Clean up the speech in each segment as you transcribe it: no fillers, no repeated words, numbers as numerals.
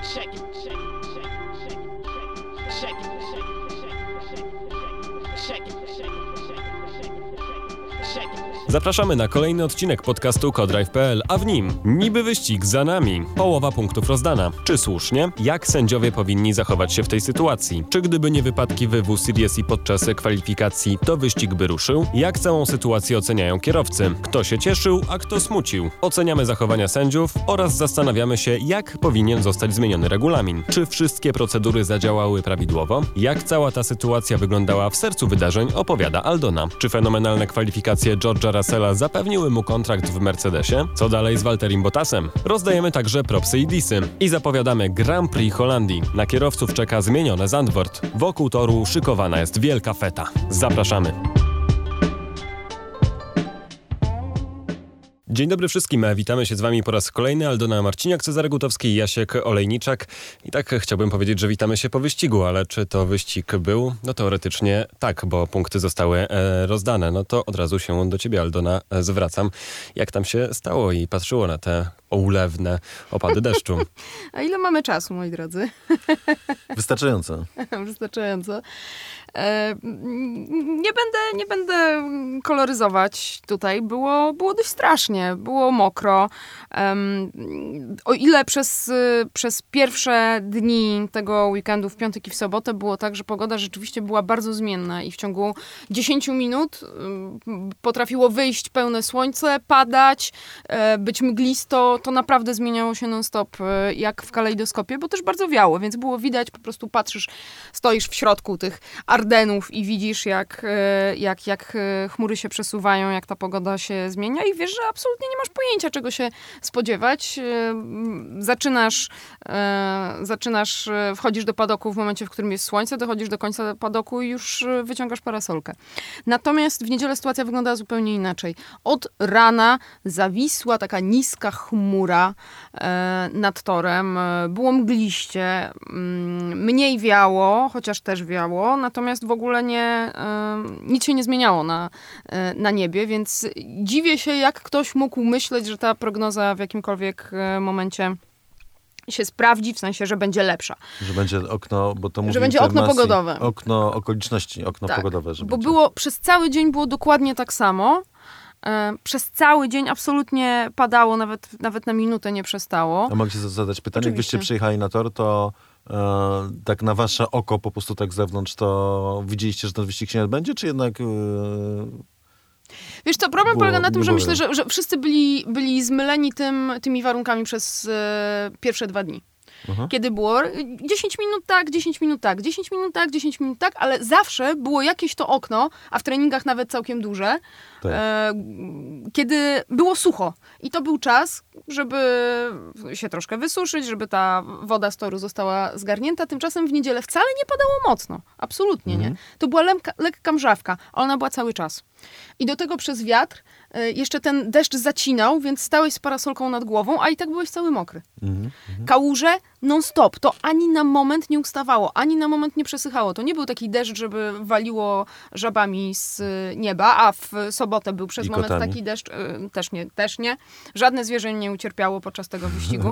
Zapraszamy na kolejny odcinek podcastu Codrive.pl, a w nim niby wyścig za nami. Połowa punktów rozdana. Czy słusznie? Jak sędziowie powinni zachować się w tej sytuacji? Czy gdyby nie wypadki w Series i podczas kwalifikacji, to wyścig by ruszył? Jak całą sytuację oceniają kierowcy? Kto się cieszył, a kto smucił? Oceniamy zachowania sędziów oraz zastanawiamy się, jak powinien zostać zmieniony regulamin. Czy wszystkie procedury zadziałały prawidłowo? Jak cała ta sytuacja wyglądała w sercu wydarzeń, opowiada Aldona. Czy fenomenalne kwalifikacje George'a Russella zapewniły mu kontrakt w Mercedesie? Co dalej z Valtterim Bottasem? Rozdajemy także propsy i disy. I zapowiadamy Grand Prix Holandii. Na kierowców czeka zmienione Zandvoort. Wokół toru szykowana jest wielka feta. Zapraszamy. Dzień dobry wszystkim, witamy się z wami po raz kolejny. Aldona Marciniak, Cezary Gutowski i Jasiek Olejniczak. I tak chciałbym powiedzieć, że witamy się po wyścigu, ale czy to wyścig był? No teoretycznie tak, bo punkty zostały rozdane. No to od razu się do ciebie, Aldona, zwracam. Jak tam się stało i patrzyło na te ulewne opady deszczu? A ile mamy czasu, moi drodzy? Wystarczająco. Wystarczająco. Nie będę koloryzować tutaj. Było dość strasznie. Było mokro. O ile przez pierwsze dni tego weekendu, w piątek i w sobotę, było tak, że pogoda rzeczywiście była bardzo zmienna i w ciągu 10 minut potrafiło wyjść pełne słońce, padać, być mglisto. To naprawdę zmieniało się non-stop, jak w kalejdoskopie, bo też bardzo wiało, więc było widać, po prostu patrzysz, stoisz w środku tych Ardenów i widzisz, jak chmury się przesuwają, jak ta pogoda się zmienia i wiesz, że absolutnie nie masz pojęcia, czego się spodziewać. Zaczynasz, wchodzisz do padoku w momencie, w którym jest słońce, dochodzisz do końca padoku i już wyciągasz parasolkę. Natomiast w niedzielę sytuacja wyglądała zupełnie inaczej. Od rana zawisła taka niska chmura nad torem. Było mgliście, mniej wiało, chociaż też wiało, natomiast w ogóle nic się nie zmieniało na niebie, więc dziwię się, jak ktoś mógł myśleć, że ta prognoza w jakimkolwiek momencie się sprawdzi, w sensie, że będzie lepsza. Że będzie okno, bo to że będzie okno pogodowe. Okno okoliczności, okno pogodowe. Że bo będzie. Przez cały dzień było dokładnie tak samo. Przez cały dzień absolutnie padało, nawet na minutę nie przestało. A mogę się zadać pytanie, Oczywiście. jakbyście przyjechali na tor, to tak na wasze oko, po prostu tak z zewnątrz, to widzieliście, że ten wyścig się nie odbędzie, czy jednak... Wiesz co, problem polega na tym, że myślę, że wszyscy byli zmyleni tymi warunkami przez pierwsze 2 dni. Kiedy było 10 minut tak, 10 minut tak, 10 minut tak, 10 minut tak, ale zawsze było jakieś to okno, a w treningach nawet całkiem duże, tak. Kiedy było sucho. I to był czas, żeby się troszkę wysuszyć, żeby ta woda z toru została zgarnięta. Tymczasem w niedzielę wcale nie padało mocno. Absolutnie nie. To była lekka mrzawka, a ona była cały czas. I do tego przez wiatr jeszcze ten deszcz zacinał, więc stałeś z parasolką nad głową, a i tak byłeś cały mokry. Kałuże non-stop. To ani na moment nie ustawało, ani na moment nie przesychało. To nie był taki deszcz, żeby waliło żabami z nieba, a w sobotę był przez moment taki deszcz. Też nie. Żadne zwierzę nie ucierpiało podczas tego wyścigu.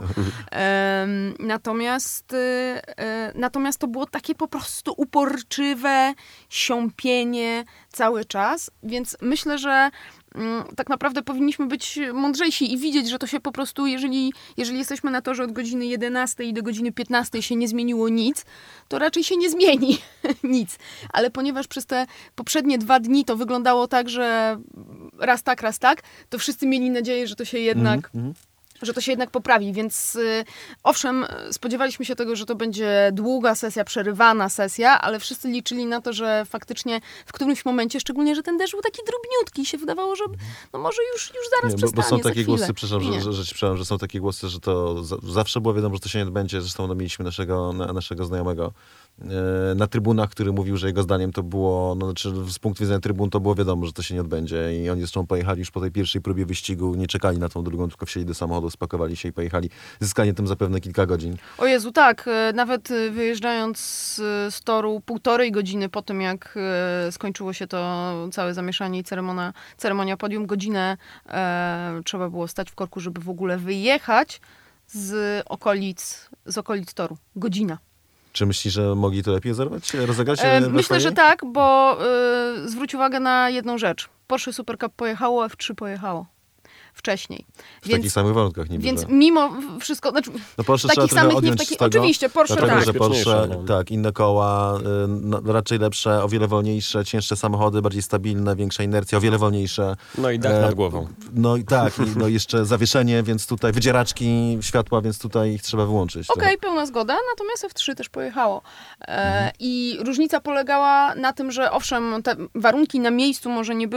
Natomiast to było takie po prostu uporczywe siąpienie cały czas, więc myślę, że tak naprawdę powinniśmy być mądrzejsi i widzieć, że to się po prostu, jeżeli jesteśmy na torze od godziny 11 do godziny 15 się nie zmieniło nic, to raczej się nie zmieni nic. Ale ponieważ przez te poprzednie 2 dni to wyglądało tak, że raz tak, to wszyscy mieli nadzieję, że to się jednak... że to się jednak poprawi, więc owszem, spodziewaliśmy się tego, że to będzie długa sesja, przerywana sesja, ale wszyscy liczyli na to, że faktycznie w którymś momencie, szczególnie, że ten deszcz był taki drobniutki, się wydawało, że no może już zaraz przestanie, bo są takie głosy, przepraszam, że są takie głosy, że to zawsze było wiadomo, że to się nie odbędzie. Zresztą mieliśmy naszego znajomego na trybunach, który mówił, że jego zdaniem to było, z punktu widzenia trybun to było wiadomo, że to się nie odbędzie i oni zresztą pojechali już po tej pierwszej próbie wyścigu, nie czekali na tą drugą, tylko wsiedli do samochodu, spakowali się i pojechali. Zyskali tym zapewne kilka godzin. O Jezu, tak. Nawet wyjeżdżając z toru 1,5 godziny po tym, jak skończyło się to całe zamieszanie i ceremonia podium, godzinę trzeba było stać w korku, żeby w ogóle wyjechać z okolic toru. Godzina. Czy myślisz, że mogli to lepiej rozegrać? Myślę, że tak, bo zwróć uwagę na jedną rzecz. Porsche Super Cup pojechało, F3 pojechało wcześniej. W takich samych warunkach niby. Więc mimo wszystko, znaczy no Porsche w takich trzeba samych, nie w odjąć takich... z tego, Oczywiście, Porsche dlatego, tak. że Porsche, No. tak, inne koła, raczej lepsze, o wiele wolniejsze, cięższe samochody, bardziej stabilne, większa inercja, o wiele wolniejsze. No i dach nad głową. No i tak, no jeszcze zawieszenie, więc tutaj wydzieraczki światła, więc tutaj ich trzeba wyłączyć. Okej, pełna zgoda, natomiast F3 też pojechało. I różnica polegała na tym, że owszem, te warunki na miejscu może nie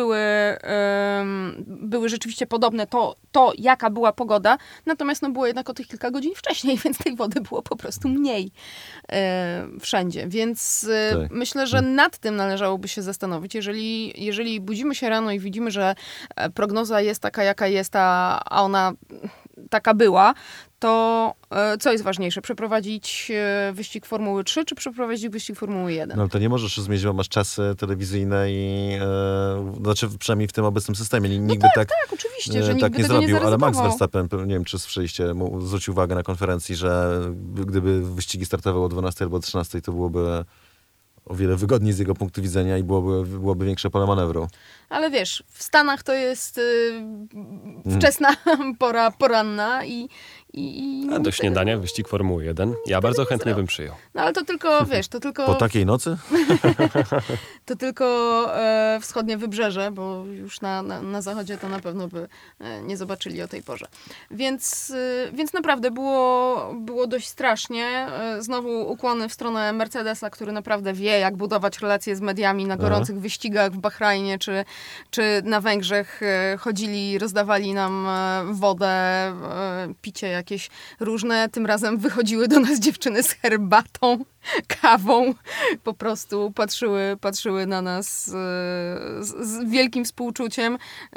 były rzeczywiście podobne to jaka była pogoda, natomiast no było jednak o tych kilka godzin wcześniej, więc tej wody było po prostu mniej wszędzie. Więc Tak. myślę, że nad tym należałoby się zastanowić. Jeżeli budzimy się rano i widzimy, że prognoza jest taka, jaka jest, a ona taka była, to co jest ważniejsze? Przeprowadzić wyścig Formuły 3, czy przeprowadzić wyścig Formuły 1? No ale to nie możesz zmienić, bo masz czasy telewizyjne i znaczy przynajmniej w tym obecnym systemie. Nigdy Tak, oczywiście, że tak nikt by nie tego nie zrobił, ale Max zaryzykował. Verstappen, nie wiem czy słyszeliście, zwrócił uwagę na konferencji, że gdyby wyścigi startowały o 12 albo o 13, to byłoby o wiele wygodniej z jego punktu widzenia i byłoby większe pole manewru. Ale wiesz, w Stanach to jest wczesna pora poranna i A do śniadania wyścig Formuły 1. Ja bardzo chętnie bym przyjął. no ale to tylko, wiesz, Po takiej nocy? to tylko wschodnie wybrzeże, bo już na zachodzie to na pewno by nie zobaczyli o tej porze. Więc naprawdę było dość strasznie. Znowu ukłony w stronę Mercedesa, który naprawdę wie, jak budować relacje z mediami na gorących wyścigach w Bahrajnie czy na Węgrzech. Chodzili, rozdawali nam wodę, picie jakieś różne. Tym razem wychodziły do nas dziewczyny z herbatą, kawą. Po prostu patrzyły na nas z wielkim współczuciem,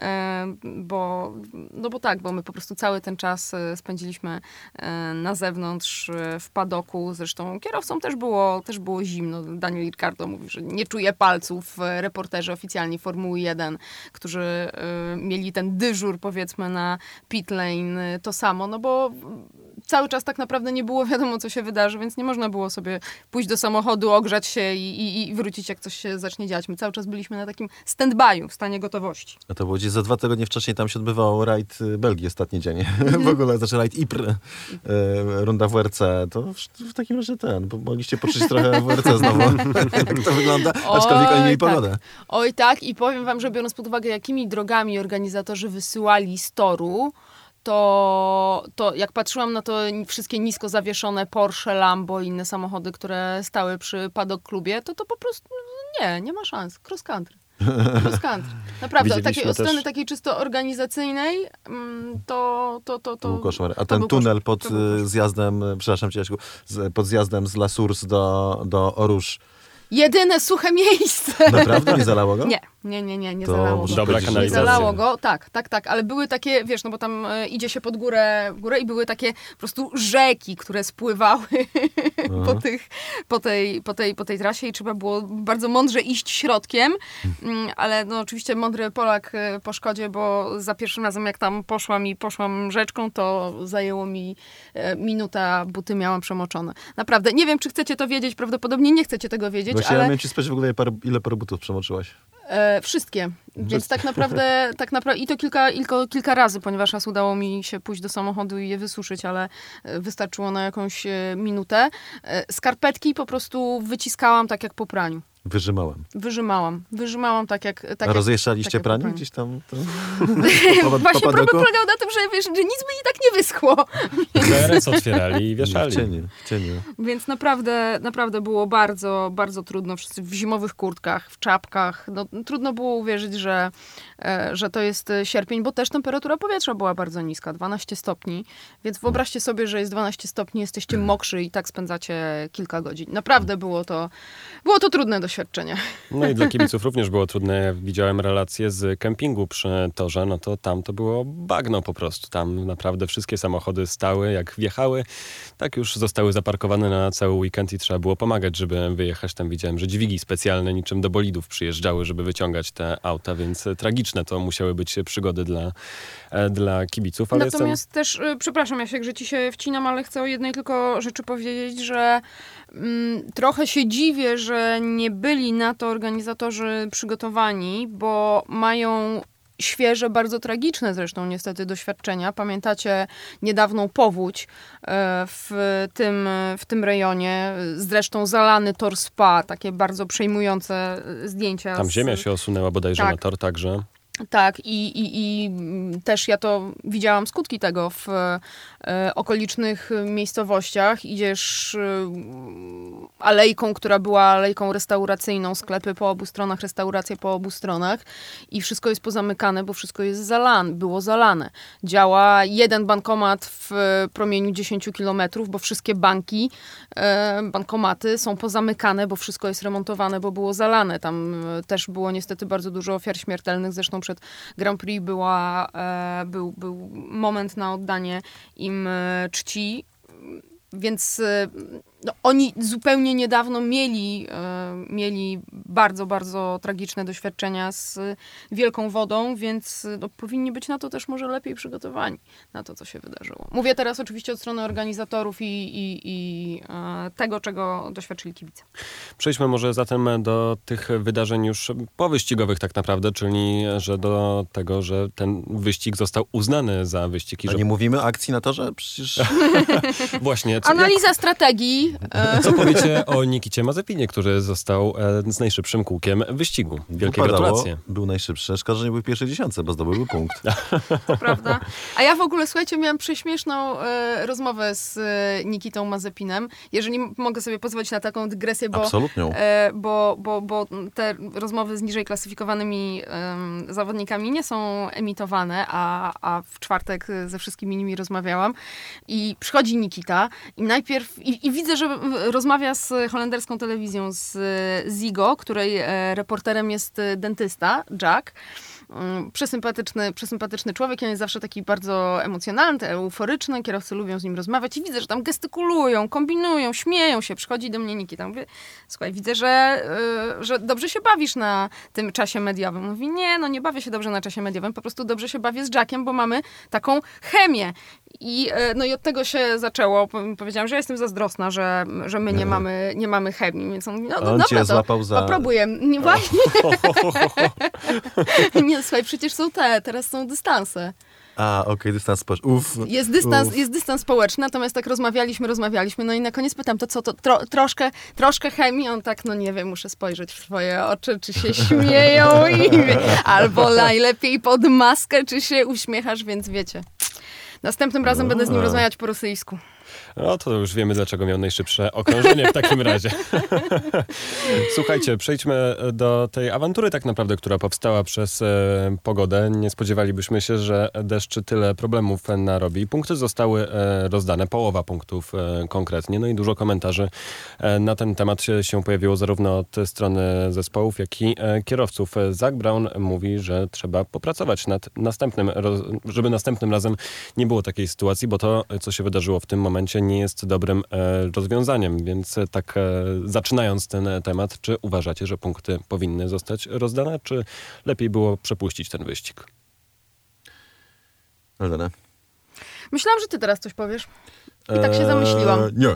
bo my po prostu cały ten czas spędziliśmy na zewnątrz, w padoku. Zresztą kierowcom też było zimno. Daniel Ricciardo mówił, że nie czuje palców. Reporterzy oficjalni Formuły 1, którzy mieli ten dyżur, powiedzmy, na pit lane, to samo, no bo cały czas tak naprawdę nie było wiadomo, co się wydarzy, więc nie można było sobie pójść do samochodu, ogrzać się i wrócić, jak coś się zacznie dziać. My cały czas byliśmy na takim stand-by'u, w stanie gotowości. A to było gdzieś za 2 tygodnie wcześniej, tam się odbywał rajd Belgii ostatni dzień. W ogóle, znaczy rajd Ypres, runda w WRC. To w takim razie bo mogliście poczuć trochę WRC znowu, jak to wygląda, aczkolwiek oni mieli pogodę. Oj tak, i powiem wam, że biorąc pod uwagę, jakimi drogami organizatorzy wysyłali z toru, to jak patrzyłam na to wszystkie nisko zawieszone Porsche, Lambo i inne samochody, które stały przy Paddock Klubie, to po prostu nie ma szans. Cross country. Naprawdę, od strony takiej czysto organizacyjnej to był koszmar. A to ten tunel pod zjazdem, przepraszam cię, Jaśku, pod zjazdem z La Source do Oruż. Jedyne suche miejsce. Naprawdę? Nie zalało go? Nie To zalało go. Dobra Nie kanalizacja. zalało go, tak, ale były takie, wiesz, no bo tam idzie się pod górę i były takie po prostu rzeki, które spływały po tej trasie i trzeba było bardzo mądrze iść środkiem, ale no oczywiście mądry Polak po szkodzie, bo za pierwszym razem jak tam poszłam rzeczką, to zajęło mi minutę, a buty miałam przemoczone. Naprawdę, nie wiem, czy chcecie to wiedzieć, prawdopodobnie nie chcecie tego wiedzieć, Właśnie ale... ja miałem ci spytać w ogóle, ile paru butów przemoczyłaś? Wszystkie. Więc tak naprawdę i to kilka razy, ponieważ raz udało mi się pójść do samochodu i je wysuszyć, ale wystarczyło na jakąś minutę. Skarpetki po prostu wyciskałam tak jak po praniu. Wyrzymałam tak jak... A rozjeżdżaliście tak jak pranie gdzieś tam? Właśnie problem polegał na tym, że wiesz, że nic by i tak nie wyschło. DRS otwierali i wieszali. W cieniu. Więc naprawdę było bardzo, bardzo trudno. Wszyscy w zimowych kurtkach, w czapkach. No, trudno było uwierzyć, że to jest sierpień, bo też temperatura powietrza była bardzo niska, 12 stopni. Więc wyobraźcie sobie, że jest 12 stopni, jesteście mokrzy i tak spędzacie kilka godzin. Naprawdę było to trudne doświadczenie. doświadczenie. No i dla kibiców również było trudne. Ja widziałem relacje z kempingu przy torze, no to tam to było bagno po prostu. Tam naprawdę wszystkie samochody stały, jak wjechały, tak już zostały zaparkowane na cały weekend i trzeba było pomagać, żeby wyjechać. Tam widziałem, że dźwigi specjalne niczym do bolidów przyjeżdżały, żeby wyciągać te auta, więc tragiczne to musiały być przygody dla kibiców. Ale Natomiast też, przepraszam Jasiek, że ci się wcinam, ale chcę o jednej tylko rzeczy powiedzieć, że trochę się dziwię, że nie byli na to organizatorzy przygotowani, bo mają świeże, bardzo tragiczne zresztą niestety doświadczenia. Pamiętacie niedawną powódź w tym rejonie, zresztą zalany tor Spa, takie bardzo przejmujące zdjęcia. Tam ziemia się osunęła bodajże na tor także. Tak, i też ja to widziałam skutki tego w okolicznych miejscowościach. Idziesz alejką, która była alejką restauracyjną, sklepy po obu stronach, restauracje po obu stronach i wszystko jest pozamykane, bo wszystko jest było zalane. Działa jeden bankomat w promieniu 10 kilometrów, bo wszystkie bankomaty są pozamykane, bo wszystko jest remontowane, bo było zalane. Tam też było niestety bardzo dużo ofiar śmiertelnych, zresztą przed Grand Prix był moment na oddanie im czci, więc oni zupełnie niedawno mieli bardzo, bardzo tragiczne doświadczenia z wielką wodą, więc powinni być na to też może lepiej przygotowani, na to, co się wydarzyło. Mówię teraz oczywiście od strony organizatorów i tego, czego doświadczyli kibice. Przejdźmy może zatem do tych wydarzeń już powyścigowych tak naprawdę, czyli że do tego, że ten wyścig został uznany za wyścig. A nie mówimy akcji na torze? Przecież... Właśnie. Analiza strategii. Co powiecie o Nikicie Mazepinie, który został z najszybszym kółkiem wyścigu? Wielkie gratulacje. Był najszybszy. Szkoda, że nie był w pierwszej dziesiątce, bo zdobyłby punkt. To prawda. A ja w ogóle, słuchajcie, miałam prześmieszną rozmowę z Nikitą Mazepinem. Jeżeli mogę sobie pozwolić na taką dygresję, bo te rozmowy z niżej klasyfikowanymi zawodnikami nie są emitowane, a w czwartek ze wszystkimi nimi rozmawiałam. I przychodzi Nikita i najpierw i widzę, że rozmawia z holenderską telewizją, z Ziggo, której reporterem jest dentysta, Jack. Przesympatyczny człowiek, on jest zawsze taki bardzo emocjonalny, euforyczny, kierowcy lubią z nim rozmawiać i widzę, że tam gestykulują, kombinują, śmieją się. Przychodzi do mnie Nikita, mówię, słuchaj, widzę, że dobrze się bawisz na tym czasie mediowym. Mówi, nie bawię się dobrze na czasie mediowym, po prostu dobrze się bawię z Jackiem, bo mamy taką chemię. I od tego się zaczęło. Powiedziałam, że jestem zazdrosna, że my nie mamy chemii. Więc on mówi, cię złapał za... Popróbuję. Nie, właśnie. Nie, słuchaj, przecież teraz są dystanse. Okej, dystans społeczny. Jest dystans społeczny, natomiast tak rozmawialiśmy, no i na koniec pytam, to co, to troszkę chemii? On tak, nie wiem, muszę spojrzeć w twoje oczy, czy się śmieją albo najlepiej pod maskę, czy się uśmiechasz, więc wiecie. Następnym razem będę z nim rozmawiać po rosyjsku. No to już wiemy, dlaczego miał najszybsze okrążenie w takim razie. Słuchajcie, przejdźmy do tej awantury tak naprawdę, która powstała przez pogodę. Nie spodziewalibyśmy się, że deszcz tyle problemów narobi. Punkty zostały rozdane, połowa punktów konkretnie. No i dużo komentarzy na ten temat się pojawiło zarówno od strony zespołów, jak i kierowców. Zach Brown mówi, że trzeba popracować nad żeby następnym razem nie było takiej sytuacji, bo to, co się wydarzyło w tym momencie, nie jest dobrym rozwiązaniem. Więc tak zaczynając ten temat, czy uważacie, że punkty powinny zostać rozdane, czy lepiej było przepuścić ten wyścig? Aldona? Myślałam, że ty teraz coś powiesz. I tak się zamyśliłam. Nie.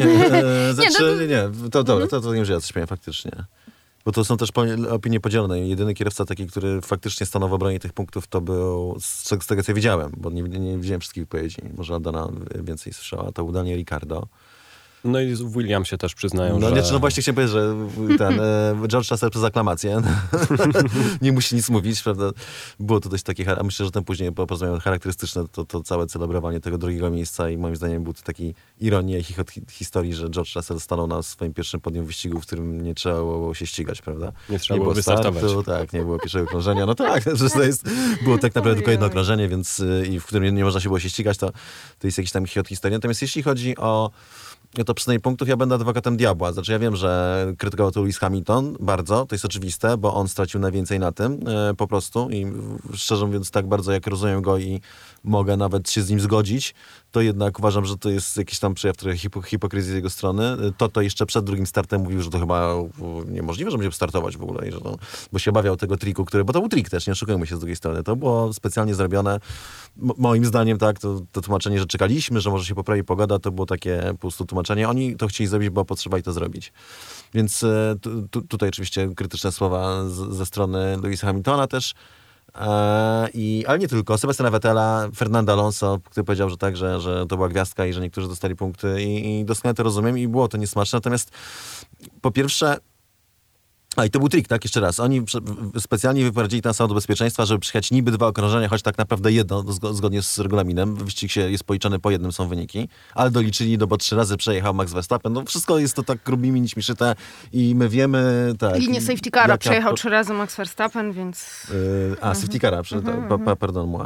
To nie, że ja coś powiem faktycznie. Bo to są też opinie podzielone. Jedyny kierowca taki, który faktycznie stanął w obronie tych punktów, to był, z tego co widziałem, bo nie widziałem wszystkich wypowiedzi, może Aldona więcej słyszała, to był Daniel Ricciardo. No i w Williamsie też przyznają, że... No właśnie chciałem powiedzieć, że George Russell przez aklamację nie musi nic mówić, prawda? Było to dość takie... A myślę, że ten później porozmawiamy charakterystyczne, to całe celebrowanie tego drugiego miejsca i moim zdaniem był to taki ironia i chichot historii, że George Russell stanął na swoim pierwszym podium wyścigu, w którym nie trzeba było się ścigać, prawda? Nie trzeba było wystartować. Tak, nie było pierwszego okrążenia. No tak, było tak naprawdę tylko jedno okrążenie, więc i w którym nie można się było się ścigać, to jest jakiś tam chichot historii. Natomiast jeśli chodzi o to przy punktów ja będę adwokatem diabła. Znaczy ja wiem, że krytykował to Lewis Hamilton bardzo, to jest oczywiste, bo on stracił najwięcej na tym po prostu i szczerze mówiąc tak bardzo jak rozumiem go i mogę nawet się z nim zgodzić, to jednak uważam, że to jest jakiś tam przejaw trochę hipokryzji z jego strony. To jeszcze przed drugim startem mówił, że to chyba niemożliwe, że będzie startować w ogóle, i że bo się obawiał tego triku, bo to był trik też, nie oszukujmy się z drugiej strony. To było specjalnie zrobione. Moim zdaniem tak, to tłumaczenie, że czekaliśmy, że może się poprawi pogoda, to było takie po prostu tłumaczenie. Oni to chcieli zrobić, bo potrzebowali to zrobić. Więc tutaj oczywiście krytyczne słowa ze strony Lewisa Hamiltona też. Ale nie tylko. Sebastiana Vettela, Fernando Alonso, który powiedział, że tak, że to była gwiazdka i że niektórzy dostali punkty i doskonale to rozumiem i było to niesmaczne. Natomiast po pierwsze, i to był trik, tak? Jeszcze raz. Oni specjalnie wyprowadzili ten samochód do bezpieczeństwa, żeby przyjechać niby 2 okrążenia, choć tak naprawdę jedno, zgodnie z regulaminem. Wyścig jest policzony po jednym, są wyniki. Ale doliczyli, bo 3 razy przejechał Max Verstappen. No wszystko jest to tak grubymi nićmi szyte i my wiemy, tak. Linię safety cara przejechał 3 razy Max Verstappen, więc... Safety cara, pardon moi.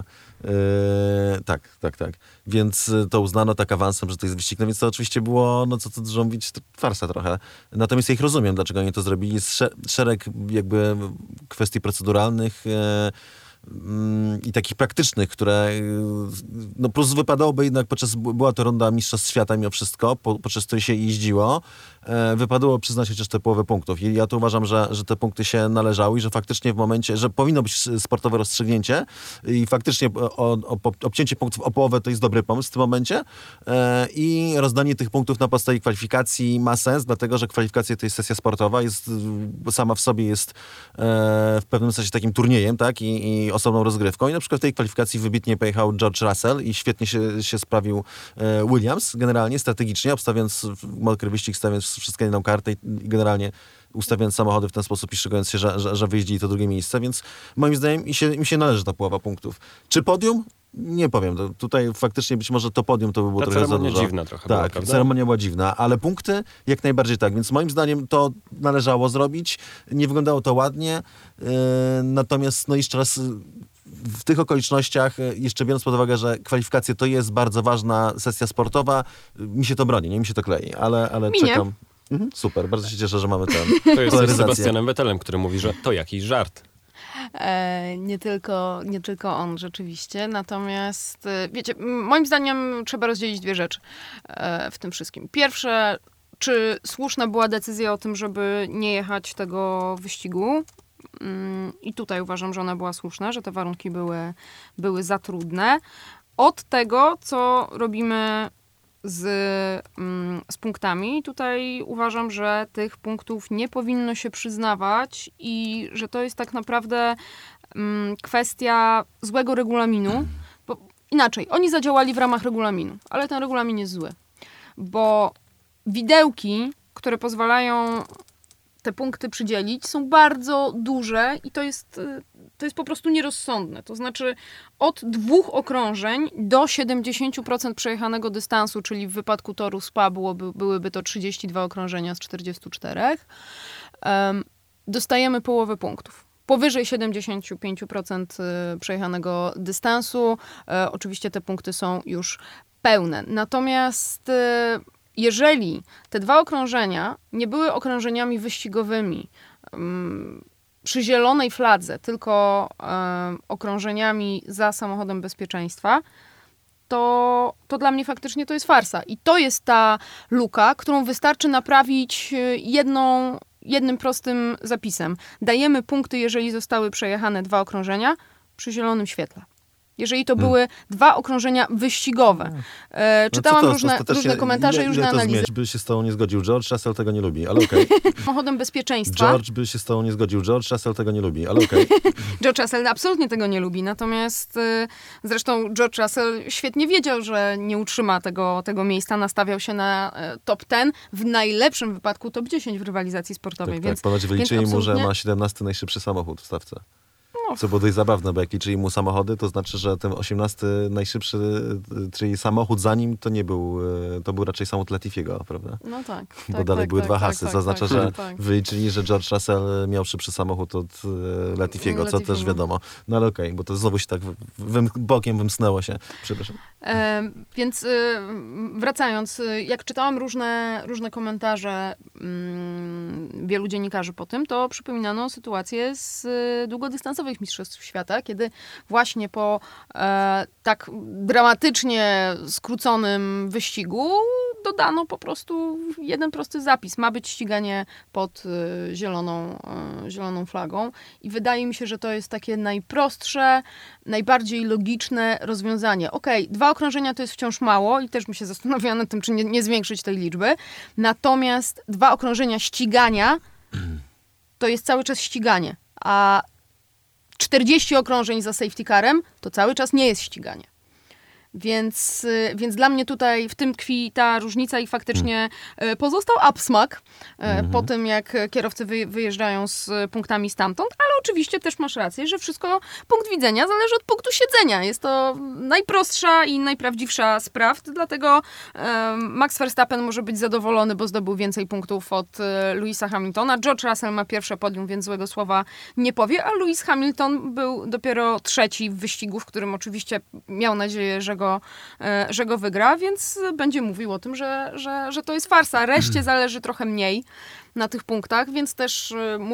Tak. Więc to uznano tak awansem, że to jest wyścig. No więc to oczywiście było, no co tu dużo mówić, farsa trochę. Natomiast ja ich rozumiem, dlaczego oni to zrobili. Jest szereg jakby kwestii proceduralnych i takich praktycznych, które no plus wypadałoby jednak była to runda Mistrzostw Świata mimo wszystko, podczas której się jeździło, wypadało przyznać chociaż te połowę punktów. I ja tu uważam, że te punkty się należały i że faktycznie w momencie, że powinno być sportowe rozstrzygnięcie i faktycznie obcięcie punktów o połowę to jest dobry pomysł w tym momencie i rozdanie tych punktów na podstawie kwalifikacji ma sens, dlatego, że kwalifikacja to jest sesja sportowa, jest sama w sobie jest w pewnym sensie takim turniejem, tak? I osobną rozgrywką. I na przykład w tej kwalifikacji wybitnie pojechał George Russell i świetnie się sprawił Williams, generalnie strategicznie, obstawiając mokry wyścig, stawiając wszystko na jedną kartę i generalnie ustawiając samochody w ten sposób i szykując się, że wyjeździli to drugie miejsce, więc moim zdaniem im się należy ta połowa punktów. Czy podium? Nie powiem. Tutaj faktycznie być może to podium to by było trochę za dużo. Ceremonia dziwna trochę była, prawda? Ceremonia była dziwna, ale punkty jak najbardziej tak. Więc moim zdaniem to należało zrobić. Nie wyglądało to ładnie. Natomiast no jeszcze raz w tych okolicznościach, jeszcze biorąc pod uwagę, że kwalifikacje to jest bardzo ważna sesja sportowa, mi się to broni, nie mi się to klei, ale czekam. Super, bardzo się cieszę, że mamy tę To jest z Sebastianem Vettelem, który mówi, że to jakiś żart. Nie tylko on rzeczywiście, natomiast wiecie, moim zdaniem trzeba rozdzielić 2 rzeczy w tym wszystkim. Pierwsze, czy słuszna była decyzja o tym, żeby nie jechać tego wyścigu? I tutaj uważam, że ona była słuszna, że te warunki były za trudne. Od tego, co robimy z punktami. Tutaj uważam, że tych punktów nie powinno się przyznawać i że to jest tak naprawdę kwestia złego regulaminu. Bo inaczej, oni zadziałali w ramach regulaminu, ale ten regulamin jest zły. Bo widełki, które pozwalają te punkty przydzielić, są bardzo duże i to jest po prostu nierozsądne. To znaczy od 2 okrążeń do 70% przejechanego dystansu, czyli w wypadku toru Spa byłyby to 32 okrążenia z 44, dostajemy połowę punktów. Powyżej 75% przejechanego dystansu oczywiście te punkty są już pełne. Natomiast jeżeli te 2 okrążenia nie były okrążeniami wyścigowymi przy zielonej fladze, tylko okrążeniami za samochodem bezpieczeństwa, to dla mnie faktycznie to jest farsa. I to jest ta luka, którą wystarczy naprawić jednym prostym zapisem. Dajemy punkty, jeżeli zostały przejechane 2 okrążenia przy zielonym świetle. Jeżeli to były 2 okrążenia wyścigowe. Czytałam różne komentarze i różne analizy. George by się z tobą nie zgodził. George Russell tego nie lubi, ale okej. Samochodem bezpieczeństwa. George by się z tobą nie zgodził. George Russell tego nie lubi, ale okej. George Russell absolutnie tego nie lubi. Natomiast zresztą George Russell świetnie wiedział, że nie utrzyma tego miejsca. Nastawiał się na top 10. W najlepszym wypadku top 10 w rywalizacji sportowej. Tak, ponoć wyliczyli mu, że ma 17 najszybszy samochód w stawce. Co było dość zabawne, bo jak liczyli mu samochody, to znaczy, że ten 18 najszybszy, czyli samochód za nim, to nie był, to był raczej samochód Latifiego, prawda? No tak. Bo dalej były dwa hasy, co oznacza, że wyliczyli, że George Russell miał szybszy samochód od Latifiego, co też wiadomo. No ale okej, bo to znowu się tak bokiem wymsnęło się. Przepraszam. Więc wracając, jak czytałam różne komentarze wielu dziennikarzy po tym, to przypominano sytuację z długodystansowych mistrzostw świata, kiedy właśnie po tak dramatycznie skróconym wyścigu dodano po prostu jeden prosty zapis. Ma być ściganie pod zieloną flagą i wydaje mi się, że to jest takie najprostsze, najbardziej logiczne rozwiązanie. Okej, 2 okrążenia to jest wciąż mało i też bym się zastanawiała nad tym, czy nie zwiększyć tej liczby. Natomiast 2 okrążenia ścigania to jest cały czas ściganie, a 40 okrążeń za safety carem to cały czas nie jest ściganie. Więc dla mnie tutaj w tym tkwi ta różnica i faktycznie pozostał absmak po tym, jak kierowcy wyjeżdżają z punktami stamtąd, ale oczywiście też masz rację, że wszystko, punkt widzenia zależy od punktu siedzenia. Jest to najprostsza i najprawdziwsza z prawd, dlatego Max Verstappen może być zadowolony, bo zdobył więcej punktów od Lewisa Hamiltona. George Russell ma pierwsze podium, więc złego słowa nie powie, a Lewis Hamilton był dopiero 3. w wyścigu, w którym oczywiście miał nadzieję, że go wygra, więc będzie mówił o tym, że to jest farsa. Reszcie zależy trochę mniej na tych punktach, więc też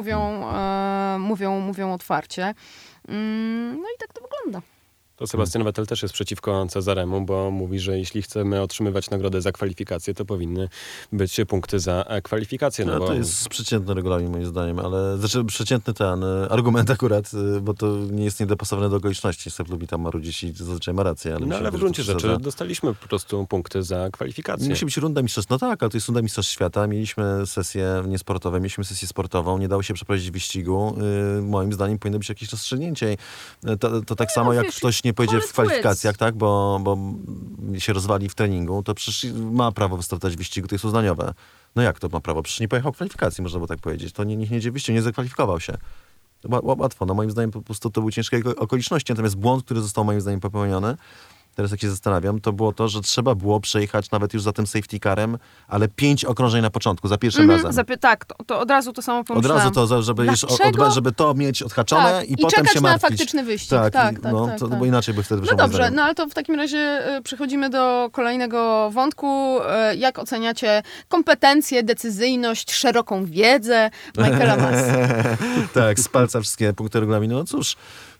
mówią otwarcie. No i tak to wygląda. To Sebastian Vettel też jest przeciwko Cezaremu, bo mówi, że jeśli chcemy otrzymywać nagrodę za kwalifikację, to powinny być punkty za kwalifikację. No, to jest przeciętny regulamin moim zdaniem, ale przeciętny ten argument akurat, bo to nie jest niedopasowane do okoliczności. Seb lubi tam marudzić i zazwyczaj ma rację. Ale w gruncie rzeczy dostaliśmy po prostu punkty za kwalifikację. Musi być runda mistrzostw. No tak, ale to jest runda mistrzostw świata. Mieliśmy sesję niesportową, mieliśmy sesję sportową. Nie dało się przeprowadzić wyścigu. Moim zdaniem powinno być jakieś rozstrzygnięcie. To tak samo jak ktoś nie pojedzie w kwalifikacjach, tak, bo się rozwali w treningu, to przecież ma prawo wystartować w wyścigu, to jest uznaniowe. No jak to ma prawo? Przecież nie pojechał w kwalifikacji, można było tak powiedzieć. To niech nie jedzie w wyścigu, nie zakwalifikował się. Łatwo. No moim zdaniem po prostu to były ciężkie okoliczności, natomiast błąd, który został moim zdaniem popełniony, teraz jak się zastanawiam, to było to, że trzeba było przejechać nawet już za tym safety carem, ale 5 okrążeń na początku, za pierwszym razem. Tak, to od razu to samo pomyślałam. Od razu to, żeby to mieć odhaczone tak, i potem się martwić. na faktyczny wyścig. Tak, bo inaczej by wtedy wyszło. No dobrze, no ale to w takim razie przechodzimy do kolejnego wątku. Jak oceniacie kompetencje, decyzyjność, szeroką wiedzę Michaela Massi? Tak, z palca wszystkie punkty regulaminu. No cóż,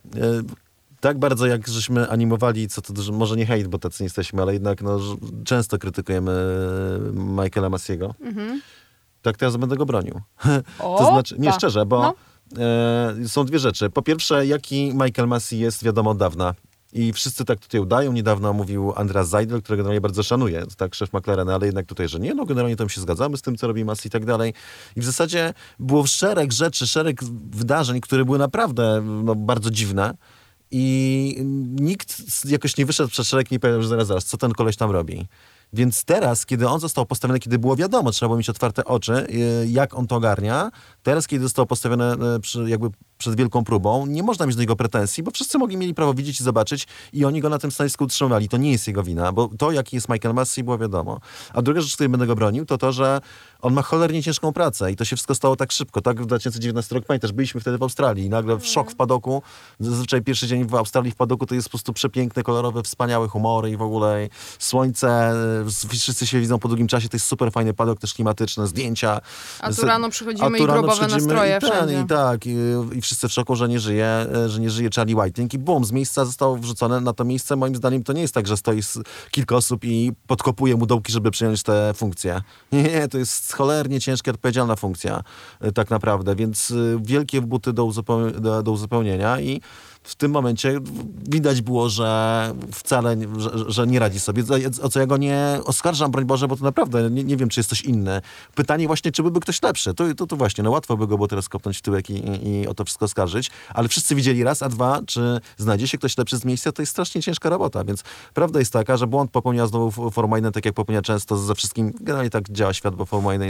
tak bardzo jak żeśmy animowali, co to może nie hejt, bo tacy nie jesteśmy, ale jednak często krytykujemy Michaela Massiego. Tak teraz będę go bronił. To znaczy, nie szczerze, bo są 2 rzeczy. Po pierwsze, jaki Michael Massi jest, wiadomo od dawna. I wszyscy tak tutaj udają. Niedawno mówił Andreas Seidel, którego generalnie bardzo szanuję, tak, szef McLarena, ale jednak tutaj, że nie, generalnie to my się zgadzamy z tym, co robi Massi i tak dalej. I w zasadzie było szereg rzeczy, szereg wydarzeń, które były naprawdę bardzo dziwne. I nikt jakoś nie wyszedł przed szereg i nie powiedział, że zaraz, co ten koleś tam robi. Więc teraz, kiedy on został postawiony, kiedy było wiadomo, trzeba było mieć otwarte oczy, jak on to ogarnia, teraz, kiedy został postawiony jakby przed wielką próbą, nie można mieć do niego pretensji, bo wszyscy mieli prawo widzieć i zobaczyć i oni go na tym stanowisku utrzymywali. To nie jest jego wina, bo to, jaki jest Michael Massi, było wiadomo. A druga rzecz, której będę go bronił, to, że on ma cholernie ciężką pracę i to się wszystko stało tak szybko. Tak w 2019 roku, pamiętasz, byliśmy wtedy w Australii i nagle szok w padoku. Zazwyczaj pierwszy dzień w Australii w padoku to jest po prostu przepiękny, kolorowy, wspaniały humory i w ogóle słońce, wszyscy się widzą po długim czasie, to jest super fajny padok, też klimatyczny, zdjęcia. A tu rano przychodzimy i grobowe nastroje wszędzie. I wszyscy w szoku, że nie żyje Charlie Whiting i bum, z miejsca został wrzucony na to miejsce. Moim zdaniem to nie jest tak, że stoi kilka osób i podkopuje mu dołki, żeby przejąć tę funkcję. Nie, to jest cholernie ciężka, odpowiedzialna funkcja tak naprawdę, więc wielkie buty do uzupełnienia i w tym momencie widać było, że wcale że nie radzi sobie, o co ja go nie oskarżam, broń Boże, bo to naprawdę nie wiem, czy jest coś inne. Pytanie właśnie, czy byłby ktoś lepszy. To właśnie, no łatwo by go było teraz kopnąć w tyłek i o to wszystko oskarżyć, ale wszyscy widzieli raz, a dwa, czy znajdzie się ktoś lepszy z miejsca, to jest strasznie ciężka robota, więc prawda jest taka, że błąd popełniła znowu Formajnen, tak jak popełnia często ze wszystkim, generalnie tak działa świat, bo Formajnen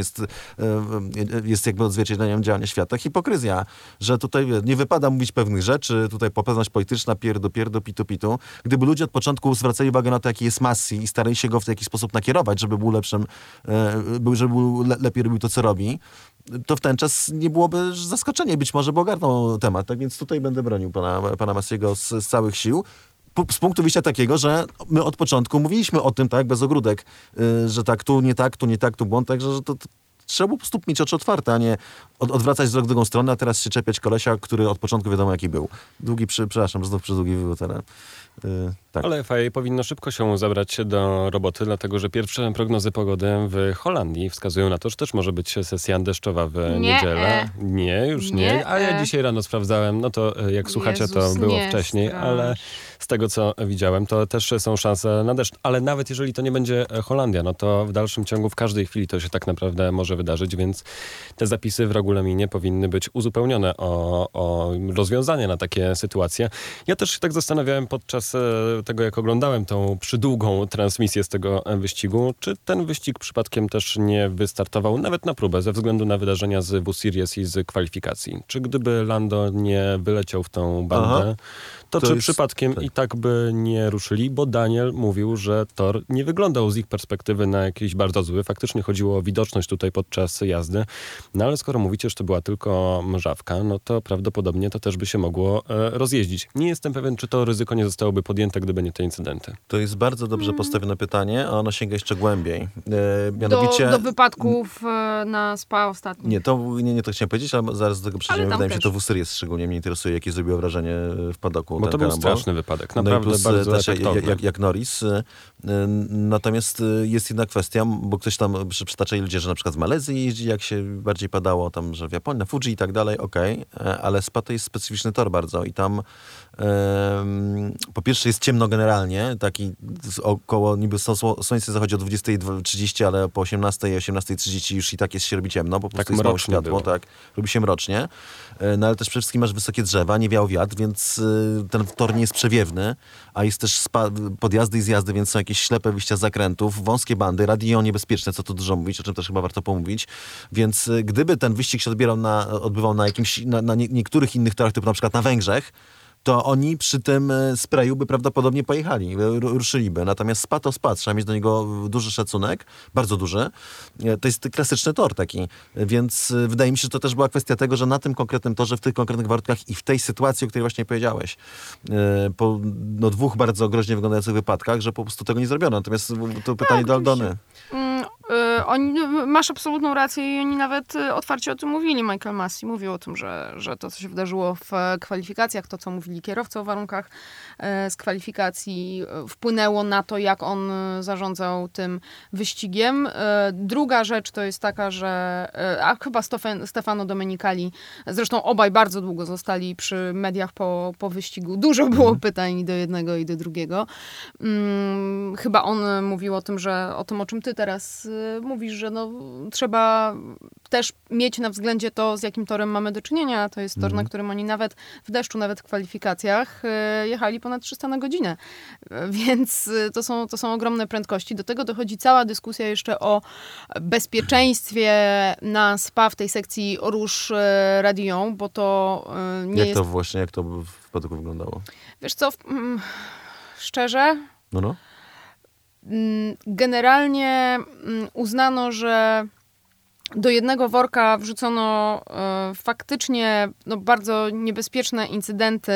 jest jakby odzwierciedleniem działania świata. Hipokryzja, że tutaj nie wypada mówić pewnych rzeczy, tutaj popewność polityczna, pierdu, pitu. Gdyby ludzie od początku zwracali uwagę na to, jaki jest Massi i starali się go w jakiś sposób nakierować, żeby był lepszym, żeby lepiej robił to, co robi, to w ten czas nie byłoby zaskoczenia. Być może by ogarnął temat. Tak więc tutaj będę bronił pana Massiego z całych sił. Z punktu wyjścia takiego, że my od początku mówiliśmy o tym, tak, bez ogródek, że tak, tu nie tak, tu błąd, także że to trzeba po prostu mieć oczy otwarte, a nie odwracać wzrok w drugą stronę, a teraz się czepiać kolesia, który od początku wiadomo jaki był. Przepraszam, znów przez długi wywód, ale tak. Ale FIA powinno szybko się zabrać do roboty, dlatego że pierwsze prognozy pogody w Holandii wskazują na to, że też może być sesja deszczowa w niedzielę. Nie, już nie. A ja dzisiaj rano sprawdzałem, no to jak słuchacie, to było wcześniej, ale z tego, co widziałem, to też są szanse na deszcz. Ale nawet jeżeli to nie będzie Holandia, no to w dalszym ciągu w każdej chwili to się tak naprawdę może wydarzyć, więc te zapisy w regulaminie powinny być uzupełnione o rozwiązanie na takie sytuacje. Ja też się tak zastanawiałem podczas tego, jak oglądałem tą przydługą transmisję z tego wyścigu, czy ten wyścig przypadkiem też nie wystartował nawet na próbę ze względu na wydarzenia z W-Series i z kwalifikacji. Czy gdyby Lando nie wyleciał w tą bandę, to czy przypadkiem i tak by nie ruszyli, bo Daniel mówił, że tor nie wyglądał z ich perspektywy na jakiś bardzo zły. Faktycznie chodziło o widoczność tutaj podczas jazdy. No ale skoro mówicie, że to była tylko mrzawka, no to prawdopodobnie to też by się mogło rozjeździć. Nie jestem pewien, czy to ryzyko nie zostałoby podjęte, gdyby nie te incydenty. To jest bardzo dobrze postawione pytanie, a ono sięga jeszcze głębiej. Mianowicie Do wypadków na Spa ostatnio. Nie, to chciałem powiedzieć, ale zaraz do tego przejdziemy. Wydaje mi się, że to W-Series szczególnie mnie interesuje, jakie zrobiło wrażenie w padoku. Bo to był straszny wypadek, naprawdę no i plus bardzo też efektowny. jak Norris. Natomiast jest jedna kwestia, bo ktoś tam przytaczali ludzie, że na przykład w Malezji jeździ, jak się bardziej padało, tam, że w Japonii, na Fuji i tak dalej, okej, ale Spa to jest specyficzny tor bardzo i tam po pierwsze jest ciemno generalnie, taki około, niby słońce zachodzi o 20:30, ale po 18:30 już i tak się robi ciemno, po prostu jest mało światło, tak, robi się mrocznie. No ale też przede wszystkim masz wysokie drzewa, nie wiał wiatr, więc ten tor nie jest przewiewny, a jest też podjazdy i zjazdy, więc są jakieś ślepe wyjścia z zakrętów, wąskie bandy, radio niebezpieczne, co tu dużo mówić, o czym też chyba warto pomówić. Więc gdyby ten wyścig się odbywał na niektórych innych torach, typu na przykład na Węgrzech, to oni przy tym sprayu by prawdopodobnie pojechali, ruszyliby. Natomiast Spa to Spa, trzeba mieć do niego duży szacunek, bardzo duży. To jest klasyczny tor taki, więc wydaje mi się, że to też była kwestia tego, że na tym konkretnym torze, w tych konkretnych warunkach i w tej sytuacji, o której właśnie powiedziałeś, po dwóch bardzo groźnie wyglądających wypadkach, że po prostu tego nie zrobiono. Natomiast to pytanie do Aldony. Masz absolutną rację i oni nawet otwarcie o tym mówili. Michael Massi mówił o tym, że to, co się wydarzyło w kwalifikacjach, to, co mówili kierowcy o warunkach z kwalifikacji, wpłynęło na to, jak on zarządzał tym wyścigiem. Druga rzecz to jest taka, że chyba Stefano Domenicali, zresztą obaj bardzo długo zostali przy mediach po wyścigu. Dużo było pytań do jednego i do drugiego. Chyba on mówił o tym, o czym ty teraz mówisz, że trzeba też mieć na względzie to, z jakim torem mamy do czynienia. To jest tor, na którym oni nawet w deszczu, nawet w kwalifikacjach jechali ponad 300 na godzinę. Więc to są ogromne prędkości. Do tego dochodzi cała dyskusja jeszcze o bezpieczeństwie na Spa w tej sekcji Rouge-Radillon, bo to nie jest... Jak to w padoku wyglądało? Wiesz co, szczerze... No. Generalnie uznano, że do jednego worka wrzucono faktycznie bardzo niebezpieczne incydenty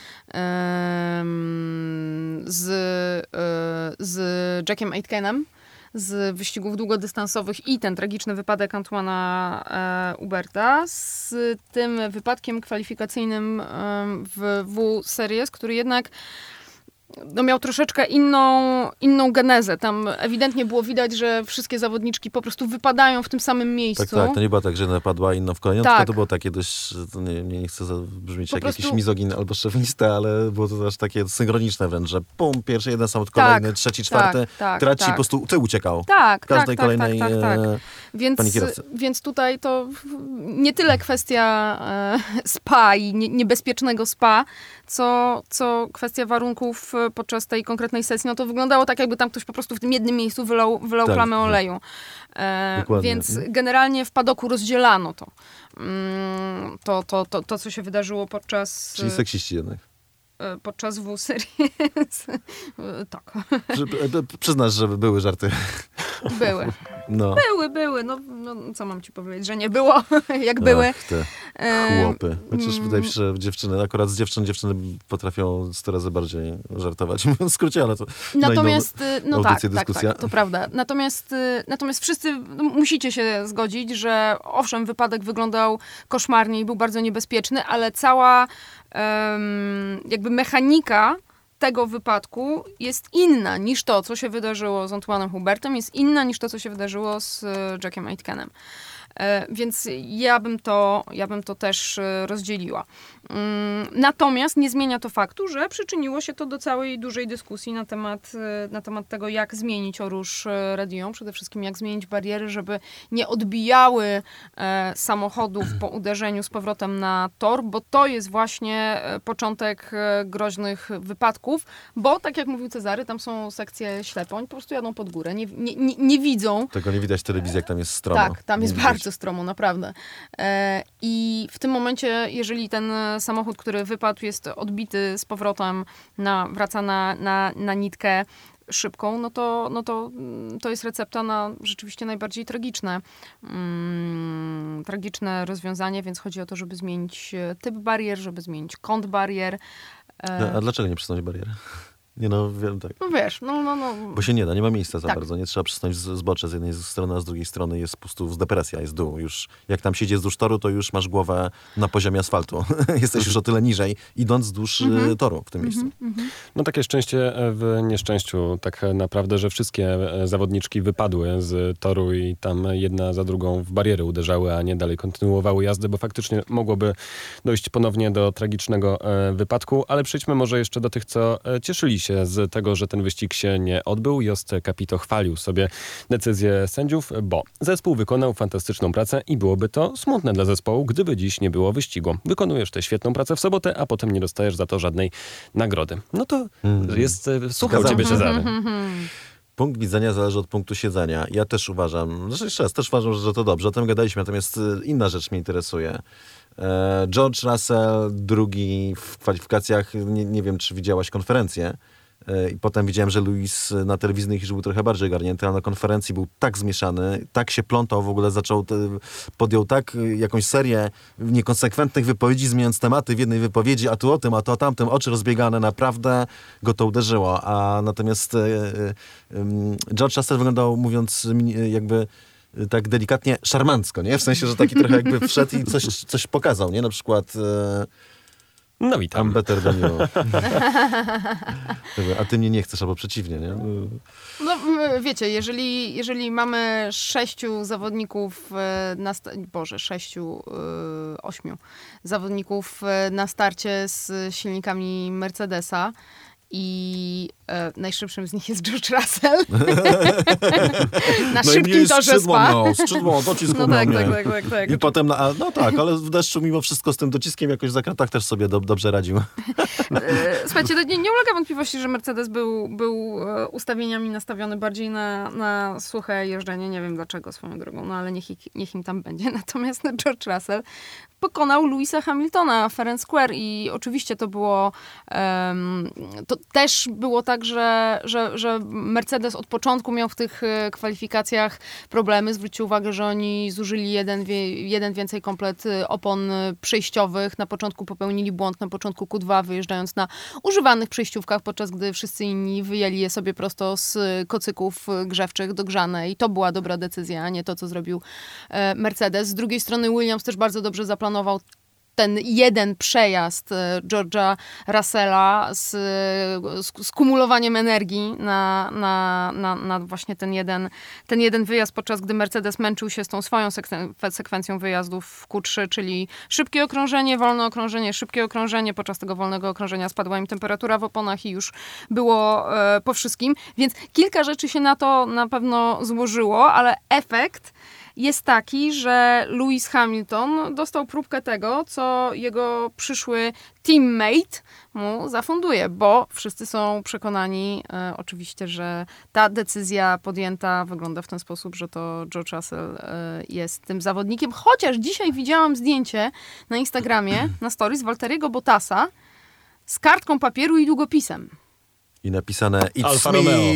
z Jackiem Aitkenem z wyścigów długodystansowych i ten tragiczny wypadek Antoana Huberta z tym wypadkiem kwalifikacyjnym w W-Series, który jednak miał troszeczkę inną genezę. Tam ewidentnie było widać, że wszystkie zawodniczki po prostu wypadają w tym samym miejscu. Tak, to nie było tak, że jedna padła, inna w kolejną, Tak. tylko to było takie dość, to nie chcę brzmieć Po jak prostu- jakiś mizogin albo szowinista, ale było to też takie synchroniczne wręcz, że pum, pierwszy jeden samochód, kolejny, trzeci, czwarty, traci, po prostu tył uciekał. Tak, W każdej tak, kolejnej tak. pani kierowcy. Więc tutaj to nie tyle kwestia spa i niebezpiecznego spa, co kwestia warunków podczas tej konkretnej sesji. No to wyglądało tak, jakby tam ktoś po prostu w tym jednym miejscu wylał Tak, plamę tak. oleju. Dokładnie. Więc generalnie w padoku rozdzielano to, co się wydarzyło Czyli seksiści jednak. podczas W-Series. Tak. Przyznasz, że były żarty. Były. No. Były. No, co mam ci powiedzieć, że nie było, jak były. Ach, te chłopy. Chociaż wydaje mi się, że dziewczyny, akurat z dziewczyny potrafią 100 razy bardziej żartować. Mówiąc w skrócie, ale to Natomiast, audycję, dyskusja. tak, to prawda. Natomiast wszyscy musicie się zgodzić, że owszem, wypadek wyglądał koszmarnie i był bardzo niebezpieczny, ale cała jakby mechanika tego wypadku jest inna niż to, co się wydarzyło z Antoine'em Hubertem, jest inna niż to, co się wydarzyło z Jackiem Aitkenem. Więc ja bym to też rozdzieliła. Natomiast nie zmienia to faktu, że przyczyniło się to do całej dużej dyskusji na temat tego, jak zmienić oróż radiową, przede wszystkim jak zmienić bariery, żeby nie odbijały samochodów po uderzeniu z powrotem na tor, bo to jest właśnie początek groźnych wypadków, bo tak jak mówił Cezary, tam są sekcje ślepe, oni po prostu jadą pod górę, nie widzą. Tego nie widać w telewizji, jak tam jest stromo. Tak, tam jest bardzo stromo, naprawdę. I w tym momencie, jeżeli ten samochód, który wypadł, jest odbity z powrotem, wraca na nitkę szybką, no to jest recepta na rzeczywiście najbardziej tragiczne rozwiązanie, więc chodzi o to, żeby zmienić typ barier, żeby zmienić kąt barier. A dlaczego nie przesunąć bariery? Nie wiem, tak. No wiesz, Bo się nie ma miejsca za Tak. bardzo. Nie trzeba przesunąć zbocze z jednej strony, a z drugiej strony jest po prostu depresja, jest dół. Już jak tam siedzisz wzdłuż toru, to już masz głowę na poziomie asfaltu. Jesteś już o tyle niżej, idąc wzdłuż toru w tym miejscu. No takie szczęście w nieszczęściu. Tak naprawdę, że wszystkie zawodniczki wypadły z toru i tam jedna za drugą w bariery uderzały, a nie dalej kontynuowały jazdę, bo faktycznie mogłoby dojść ponownie do tragicznego wypadku. Ale przejdźmy może jeszcze do tych, co cieszyli się z tego, że ten wyścig się nie odbył. Jost Capito chwalił sobie decyzję sędziów, bo zespół wykonał fantastyczną pracę i byłoby to smutne dla zespołu, gdyby dziś nie było wyścigu. Wykonujesz tę świetną pracę w sobotę, a potem nie dostajesz za to żadnej nagrody. No to jest... Słuchał ciebie, Cezary. Punkt widzenia zależy od punktu siedzenia. Ja też uważam, jeszcze raz, też uważam, że to dobrze. O tym gadaliśmy, natomiast inna rzecz mnie interesuje. George Russell, drugi w kwalifikacjach, nie wiem, czy widziałaś konferencję. I potem widziałem, że Lewis na telewizyjnych już był trochę bardziej ogarnięty, a na konferencji był tak zmieszany, tak się plątał, w ogóle podjął tak jakąś serię niekonsekwentnych wypowiedzi, zmieniając tematy w jednej wypowiedzi, a tu o tym, a to o tamtym, oczy rozbiegane, naprawdę go to uderzyło. A natomiast George Russell wyglądał, mówiąc jakby tak delikatnie szarmancko, nie? W sensie, że taki trochę jakby wszedł i coś pokazał, nie? Na przykład... No witam. I'm better than you. A ty mnie nie chcesz, albo przeciwnie, nie? No wiecie, jeżeli mamy 6 zawodników ośmiu zawodników na starcie z silnikami Mercedesa i najszybszym z nich jest George Russell. Na szybkim torze Spa. Skrzydło, docisk No tak. I potem, no tak, ale w deszczu mimo wszystko z tym dociskiem jakoś w zakrętach też sobie dobrze radził. Słuchajcie, nie ulega wątpliwości, że Mercedes był ustawieniami nastawiony bardziej na suche jeżdżenie. Nie wiem dlaczego swoją drogą, no ale niech im tam będzie. Natomiast George Russell pokonał Lewisa Hamiltona fair and square i oczywiście to było to też było tak, że Mercedes od początku miał w tych kwalifikacjach problemy. Zwróćcie uwagę, że oni zużyli jeden więcej komplet opon przejściowych. Na początku popełnili błąd, na początku Q2 wyjeżdżając na używanych przejściówkach, podczas gdy wszyscy inni wyjęli je sobie prosto z kocyków grzewczych dogrzane i to była dobra decyzja, a nie to, co zrobił Mercedes. Z drugiej strony Williams też bardzo dobrze zaplanował ten jeden przejazd George'a Russella z skumulowaniem energii na właśnie ten jeden wyjazd, podczas gdy Mercedes męczył się z tą swoją sekwencją wyjazdów w Q3, czyli szybkie okrążenie, wolne okrążenie, szybkie okrążenie. Podczas tego wolnego okrążenia spadła im temperatura w oponach i już było po wszystkim. Więc kilka rzeczy się na to na pewno złożyło, ale efekt jest taki, że Lewis Hamilton dostał próbkę tego, co jego przyszły teammate mu zafunduje, bo wszyscy są przekonani oczywiście, że ta decyzja podjęta wygląda w ten sposób, że to George Russell jest tym zawodnikiem. Chociaż dzisiaj widziałam zdjęcie na Instagramie, na stories Valtteriego Bottasa z kartką papieru i długopisem. I napisane It's Alfa me! Romeo.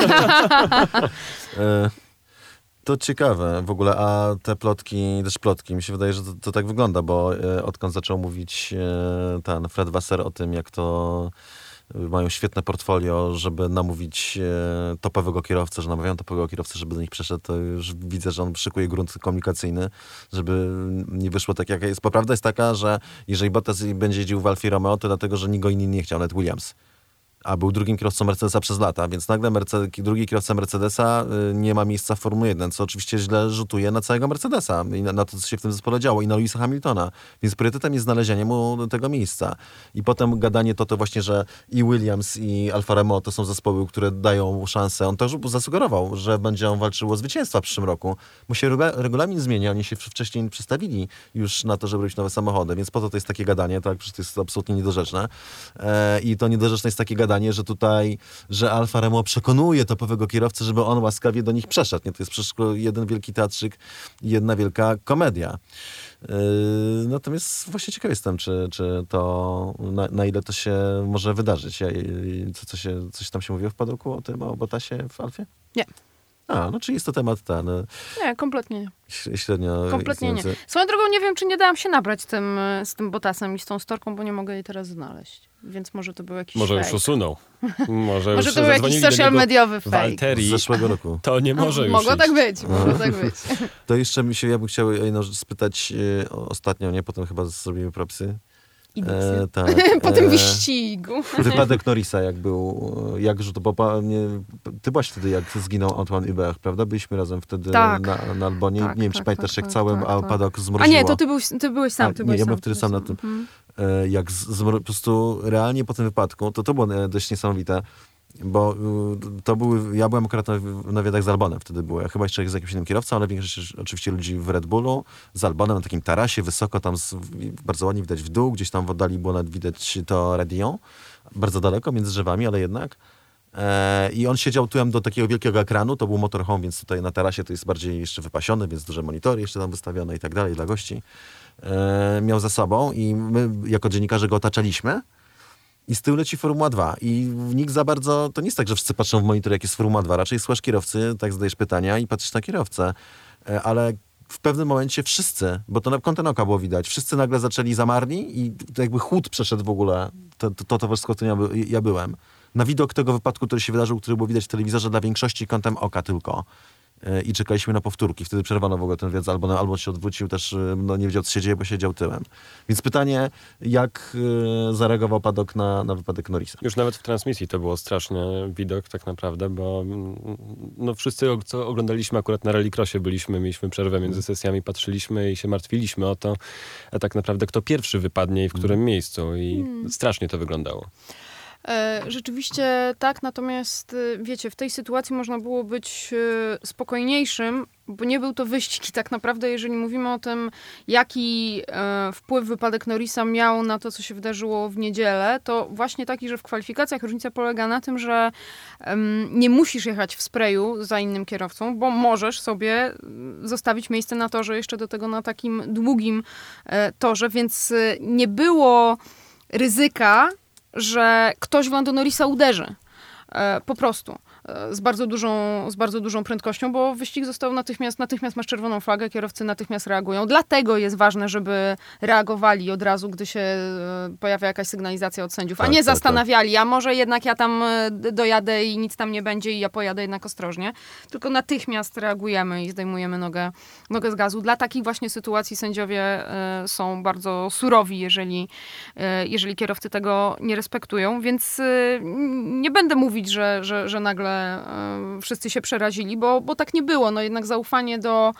To ciekawe w ogóle, a te plotki, mi się wydaje, że to tak wygląda, bo odkąd zaczął mówić ten Fred Wasser o tym, jak to mają świetne portfolio, żeby namówić topowego kierowcę, że namawiają topowego kierowcę, żeby do nich przeszedł, to już widzę, że on szykuje grunt komunikacyjny, żeby nie wyszło tak, jak jest. Bo prawda jest taka, że jeżeli Bottas będzie jeździł w Alfie Romeo, to dlatego, że nikt go inny nie chciał, nawet Williams. A był drugim kierowcą Mercedesa przez lata, więc nagle drugi kierowca Mercedesa nie ma miejsca w Formule 1, co oczywiście źle rzutuje na całego Mercedesa i na to, co się w tym zespole działo, i na Lewisa Hamiltona. Więc priorytetem jest znalezienie mu tego miejsca. I potem gadanie to właśnie, że i Williams, i Alfa Romeo to są zespoły, które dają szansę. On też zasugerował, że będzie on walczył o zwycięstwa w przyszłym roku. Bo się regulamin zmienia, oni się wcześniej przestawili już na to, żeby robić nowe samochody, więc po to jest takie gadanie, tak, przecież to jest absolutnie niedorzeczne. I to niedorzeczne jest takie gadanie, że Alfa Romeo przekonuje topowego kierowcę, żeby on łaskawie do nich przeszedł. Nie, to jest przecież jeden wielki teatrzyk i jedna wielka komedia. Natomiast właśnie ciekaw jestem, czy to, na ile to się może wydarzyć. Coś tam się mówiło w padoku o Bottasie w Alfie? Nie. No czyli jest to temat ten... Nie, kompletnie nie. Średnio kompletnie nie. istniejący. Swoją drogą nie wiem, czy nie dałam się nabrać z tym Bottasem i z tą storką, bo nie mogę jej teraz znaleźć. Więc może to był jakiś Może fake. już usunął. Może to był jakiś social mediowy fake. Valtteri Z zeszłego roku. To nie może już Mogło iść. tak być, mogło tak być. To jeszcze ja bym chciał jedną rzecz spytać ostatnio, nie? Potem chyba zrobimy propsy. Tak. Po tym wyścigu. Wypadek Norrisa, jak rzut, ty byłaś wtedy, jak zginął Antoine Hubert, prawda? Byliśmy razem wtedy na Albonie. Tak, nie wiem, czy pamiętasz, jak cały tak. padok zmroziło. A nie, to ty byłeś sam. Ja byłem wtedy sam na tym. Jak po prostu realnie po tym wypadku, to było dość niesamowite, bo ja byłem akurat na wywiadach z Albonem wtedy było. Ja chyba jeszcze z jakimś innym kierowcą, ale większość oczywiście ludzi w Red Bullu, z Albonem na takim tarasie, wysoko tam, bardzo ładnie widać w dół, gdzieś tam w oddali było nawet widać to Radillon, bardzo daleko, między drzewami, ale jednak. I on siedział tyłem do takiego wielkiego ekranu, to był motorhome, więc tutaj na tarasie to jest bardziej jeszcze wypasiony, więc duże monitory jeszcze tam wystawione i tak dalej dla gości. Miał za sobą i my jako dziennikarze go otaczaliśmy. I z tyłu leci Formuła 2. I nikt za bardzo, to nie jest tak, że wszyscy patrzą w monitor, jak jest Formuła 2. Raczej słuchasz kierowcy, tak zadajesz pytania i patrzysz na kierowcę. Ale w pewnym momencie wszyscy, bo to na kątem oka było widać, wszyscy nagle zaczęli zamarli i to jakby chłód przeszedł w ogóle to towarzystwo, w którym ja byłem. Na widok tego wypadku, który się wydarzył, który było widać w telewizorze dla większości kątem oka tylko. I czekaliśmy na powtórki. Wtedy przerwano w ogóle ten wywiad, albo się odwrócił też, nie wiedział, co się dzieje, bo siedział tyłem. Więc pytanie, jak zareagował padok na wypadek Norrisa? Już nawet w transmisji to było straszny widok tak naprawdę, bo wszyscy, co oglądaliśmy akurat na rallycrossie mieliśmy przerwę między sesjami, patrzyliśmy i się martwiliśmy o to, a tak naprawdę kto pierwszy wypadnie i w którym miejscu. I strasznie to wyglądało. Rzeczywiście tak, natomiast wiecie, w tej sytuacji można było być spokojniejszym, bo nie był to wyścig. Tak naprawdę, jeżeli mówimy o tym, jaki wpływ wypadek Norrisa miał na to, co się wydarzyło w niedzielę, to właśnie taki, że w kwalifikacjach różnica polega na tym, że nie musisz jechać w sprayu za innym kierowcą, bo możesz sobie zostawić miejsce na torze, jeszcze do tego na takim długim torze, więc nie było ryzyka, że ktoś w Lando Norrisa uderzy. Po prostu. z bardzo dużą prędkością, bo wyścig został natychmiast masz czerwoną flagę, kierowcy natychmiast reagują. Dlatego jest ważne, żeby reagowali od razu, gdy się pojawia jakaś sygnalizacja od sędziów, a nie zastanawiali, a może jednak ja tam dojadę i nic tam nie będzie i ja pojadę jednak ostrożnie. Tylko natychmiast reagujemy i zdejmujemy nogę z gazu. Dla takich właśnie sytuacji sędziowie są bardzo surowi, jeżeli kierowcy tego nie respektują, więc nie będę mówić, że nagle wszyscy się przerazili, bo tak nie było. No jednak zaufanie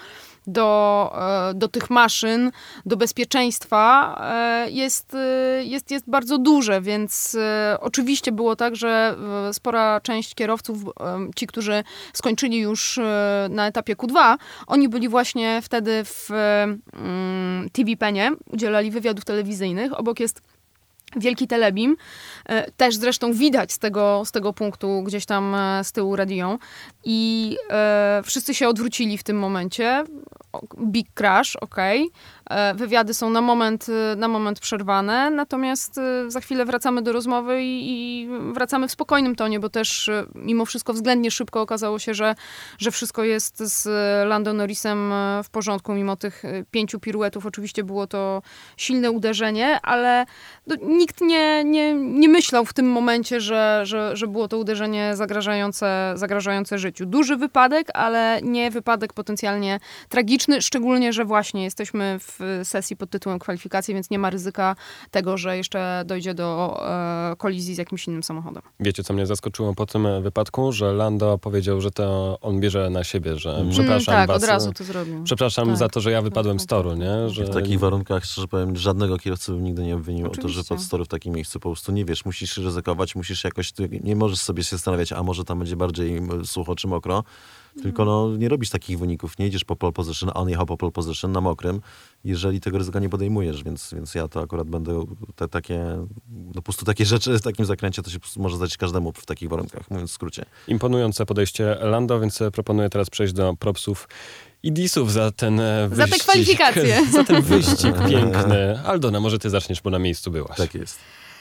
do tych maszyn, do bezpieczeństwa jest bardzo duże, więc oczywiście było tak, że spora część kierowców, ci, którzy skończyli już na etapie Q2, oni byli właśnie wtedy w TV Penie, udzielali wywiadów telewizyjnych. Obok jest wielki telebim, też zresztą widać z tego punktu gdzieś tam z tyłu radią i wszyscy się odwrócili w tym momencie. Big crash, okej. Wywiady są na moment przerwane, natomiast za chwilę wracamy do rozmowy i wracamy w spokojnym tonie, bo też mimo wszystko względnie szybko okazało się, że wszystko jest z Lando Norrisem w porządku, mimo tych 5 piruetów. Oczywiście było to silne uderzenie, ale nikt nie myślał w tym momencie, że było to uderzenie zagrażające życiu. Duży wypadek, ale nie wypadek potencjalnie tragiczny, szczególnie, że właśnie jesteśmy w sesji pod tytułem kwalifikacji, więc nie ma ryzyka tego, że jeszcze dojdzie do kolizji z jakimś innym samochodem. Wiecie, co mnie zaskoczyło po tym wypadku? Że Lando powiedział, że to on bierze na siebie, że przepraszam was. Od razu to zrobił. Przepraszam za to, że ja wypadłem z toru, nie? Że... W takich warunkach, szczerze powiem, żadnego kierowcy bym nigdy nie obwinił o to, że pod z toru w takim miejscu po prostu nie wiesz, musisz ryzykować, musisz jakoś, nie możesz sobie się zastanawiać, a może tam będzie bardziej sucho czy mokro, tylko nie robisz takich wyników, nie idziesz po pole position, a on jechał po pole position na mokrym, jeżeli tego ryzyka nie podejmujesz, więc ja to akurat będę po prostu takie rzeczy w takim zakręcie to się może zdać każdemu w takich warunkach, mówiąc w skrócie. Imponujące podejście Lando, więc proponuję teraz przejść do propsów i disów za ten wyścig. Za te kwalifikacje. Za ten wyścig piękny. Aldona, może ty zaczniesz, bo na miejscu byłaś. Tak jest.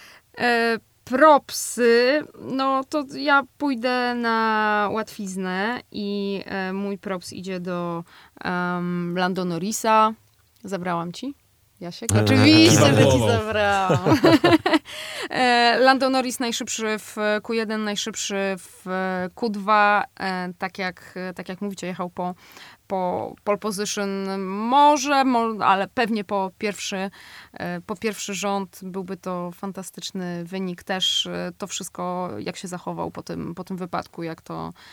Propsy, no to ja pójdę na łatwiznę i mój props idzie do Lando Norrisa. Zabrałam ci, Jasiek? Oczywiście, że ci zabrałam. Lando Norris najszybszy w Q1, najszybszy w Q2. Tak jak mówicie, jechał po pole position może, ale pewnie po pierwszy rząd byłby to fantastyczny wynik. Też to wszystko, jak się zachował po tym wypadku, jak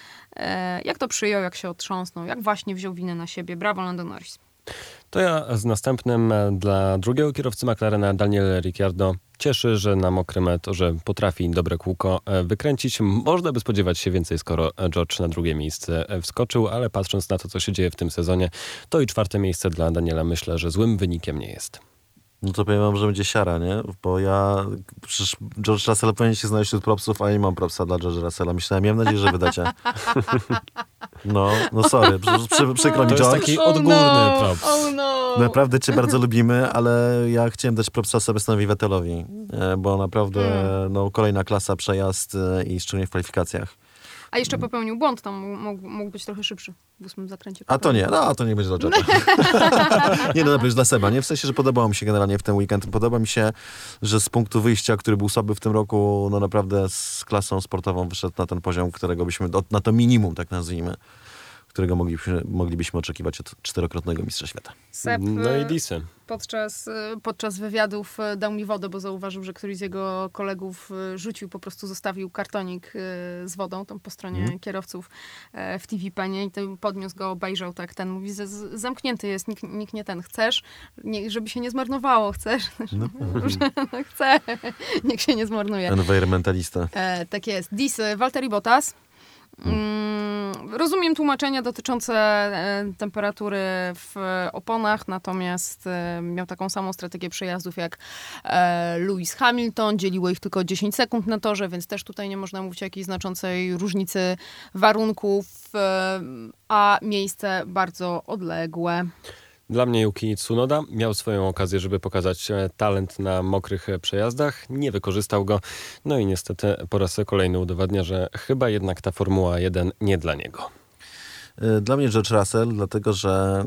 to przyjął, jak się otrząsnął, jak właśnie wziął winę na siebie. Brawo, Lando Norris. To ja z następnym dla drugiego kierowcy McLarena, Daniel Ricciardo. Cieszy, że na mokrym torze potrafi dobre kółko wykręcić. Można by spodziewać się więcej, skoro George na drugie miejsce wskoczył, ale patrząc na to, co się dzieje w tym sezonie, to i 4. miejsce dla Daniela myślę, że złym wynikiem nie jest. No to powiem wam, że będzie siara, nie? Bo przecież George Russell powinien się znaleźć wśród propsów, a ja nie mam propsa dla George'a Russella. Miałem nadzieję, że wydacie. No sorry, przykro mi, George. To jest taki odgórny props. Naprawdę cię bardzo lubimy, ale ja chciałem dać propsa Sebastianowi Vettelowi, bo naprawdę kolejna klasa, przejazd i szczególnie w kwalifikacjach. A jeszcze popełnił błąd, tam mógł być trochę szybszy w 8. zakręcie. A to nie, to nie będzie dla George'a. Nie, już dla Seba, nie? W sensie, że podobało mi się generalnie w ten weekend. Podoba mi się, że z punktu wyjścia, który był słaby w tym roku, naprawdę z klasą sportową wyszedł na ten poziom, którego na to minimum, tak nazwijmy, którego moglibyśmy oczekiwać od 4-krotnego mistrza świata. Seb, no i disy. Podczas wywiadów dał mi wodę, bo zauważył, że któryś z jego kolegów zostawił kartonik z wodą tam po stronie kierowców w TV Penie i ten podniósł go, obejrzał tak, ten mówi, zamknięty jest, nikt nie ten, chcesz? Żeby się nie zmarnowało, chcesz? Chcę, niech się nie zmarnuje. Environmentalista. Tak jest. Disy, Valtteri Bottas. Rozumiem tłumaczenia dotyczące temperatury w oponach, natomiast miał taką samą strategię przejazdów jak Lewis Hamilton. Dzieliło ich tylko 10 sekund na torze, więc też tutaj nie można mówić o jakiejś znaczącej różnicy warunków, a miejsce bardzo odległe. Dla mnie Yuki Tsunoda miał swoją okazję, żeby pokazać talent na mokrych przejazdach. Nie wykorzystał go. No i niestety po raz kolejny udowadnia, że chyba jednak ta Formuła 1 nie dla niego. Dla mnie George Russell, dlatego że...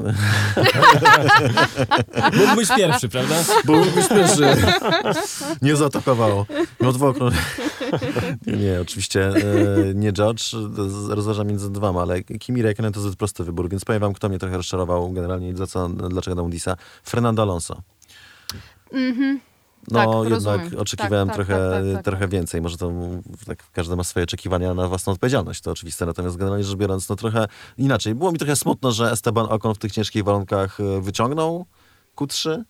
Mógłbyś pierwszy, prawda? Byłbyś pierwszy. Nie zaatakował. Miał dwa okrążenia. Nie, oczywiście nie George. Rozważam między dwoma, ale Kimi Räikkönen to zbyt prosty wybór, więc powiem wam, kto mnie trochę rozczarował generalnie, dlaczego dam Disa. Fernando Alonso. No Tak, jednak rozumiem. oczekiwałem trochę więcej. Może to tak każdy ma swoje oczekiwania na własną odpowiedzialność, to oczywiste. Natomiast generalnie rzecz biorąc, no trochę inaczej. Było mi trochę smutno, że Esteban Ocon w tych ciężkich warunkach wyciągnął Q3,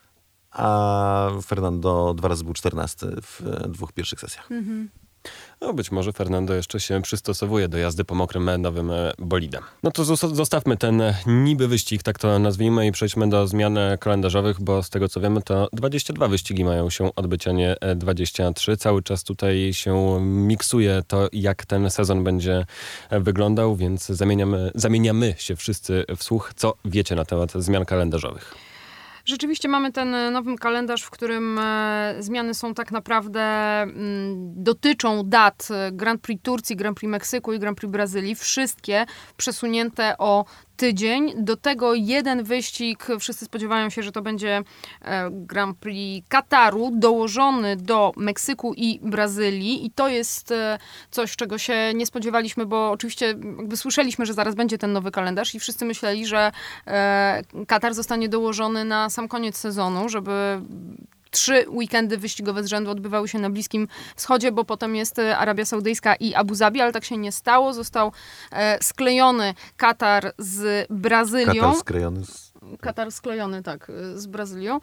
a Fernando 2 razy był 14 w 2 pierwszych sesjach. No być może Fernando jeszcze się przystosowuje do jazdy po mokrym nowym bolidem. No to zostawmy ten niby wyścig, tak to nazwijmy, i przejdźmy do zmian kalendarzowych, bo z tego co wiemy, to 22 wyścigi mają się odbyć, a nie 23. Cały czas tutaj się miksuje to, jak ten sezon będzie wyglądał, więc zamieniamy się wszyscy w słuch, co wiecie na temat zmian kalendarzowych. Rzeczywiście mamy ten nowy kalendarz, w którym zmiany są tak naprawdę, dotyczą dat Grand Prix Turcji, Grand Prix Meksyku i Grand Prix Brazylii. Wszystkie przesunięte o tydzień. Do tego jeden wyścig, wszyscy spodziewają się, że to będzie Grand Prix Kataru, dołożony do Meksyku i Brazylii. I to jest coś, czego się nie spodziewaliśmy, bo oczywiście jakby słyszeliśmy, że zaraz będzie ten nowy kalendarz i wszyscy myśleli, że Katar zostanie dołożony na sam koniec sezonu, żeby 3 weekendy wyścigowe z rzędu odbywały się na Bliskim Wschodzie, bo potem jest Arabia Saudyjska i Abu Zabi, ale tak się nie stało. Został sklejony Katar z Brazylią. Katar sklejony, tak, z Brazylią.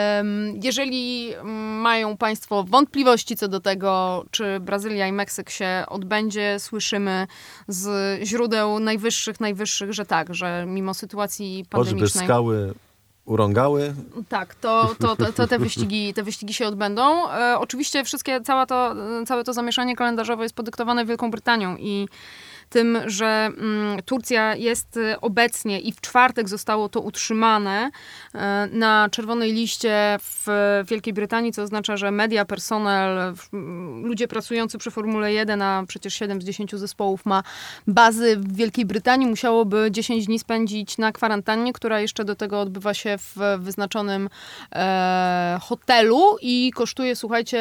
Jeżeli mają Państwo wątpliwości co do tego, czy Brazylia i Meksyk się odbędzie, słyszymy z źródeł najwyższych, że tak, że mimo sytuacji pandemicznej... Choćby skały urągały. Tak, to te wyścigi się odbędą. Oczywiście całe to zamieszanie kalendarzowe jest podyktowane Wielką Brytanią i tym, że Turcja jest obecnie i w czwartek zostało to utrzymane na czerwonej liście w Wielkiej Brytanii, co oznacza, że media, personel, ludzie pracujący przy Formule 1, a przecież 7 z 10 zespołów ma bazy w Wielkiej Brytanii, musiałoby 10 dni spędzić na kwarantannie, która jeszcze do tego odbywa się w wyznaczonym hotelu i kosztuje, słuchajcie,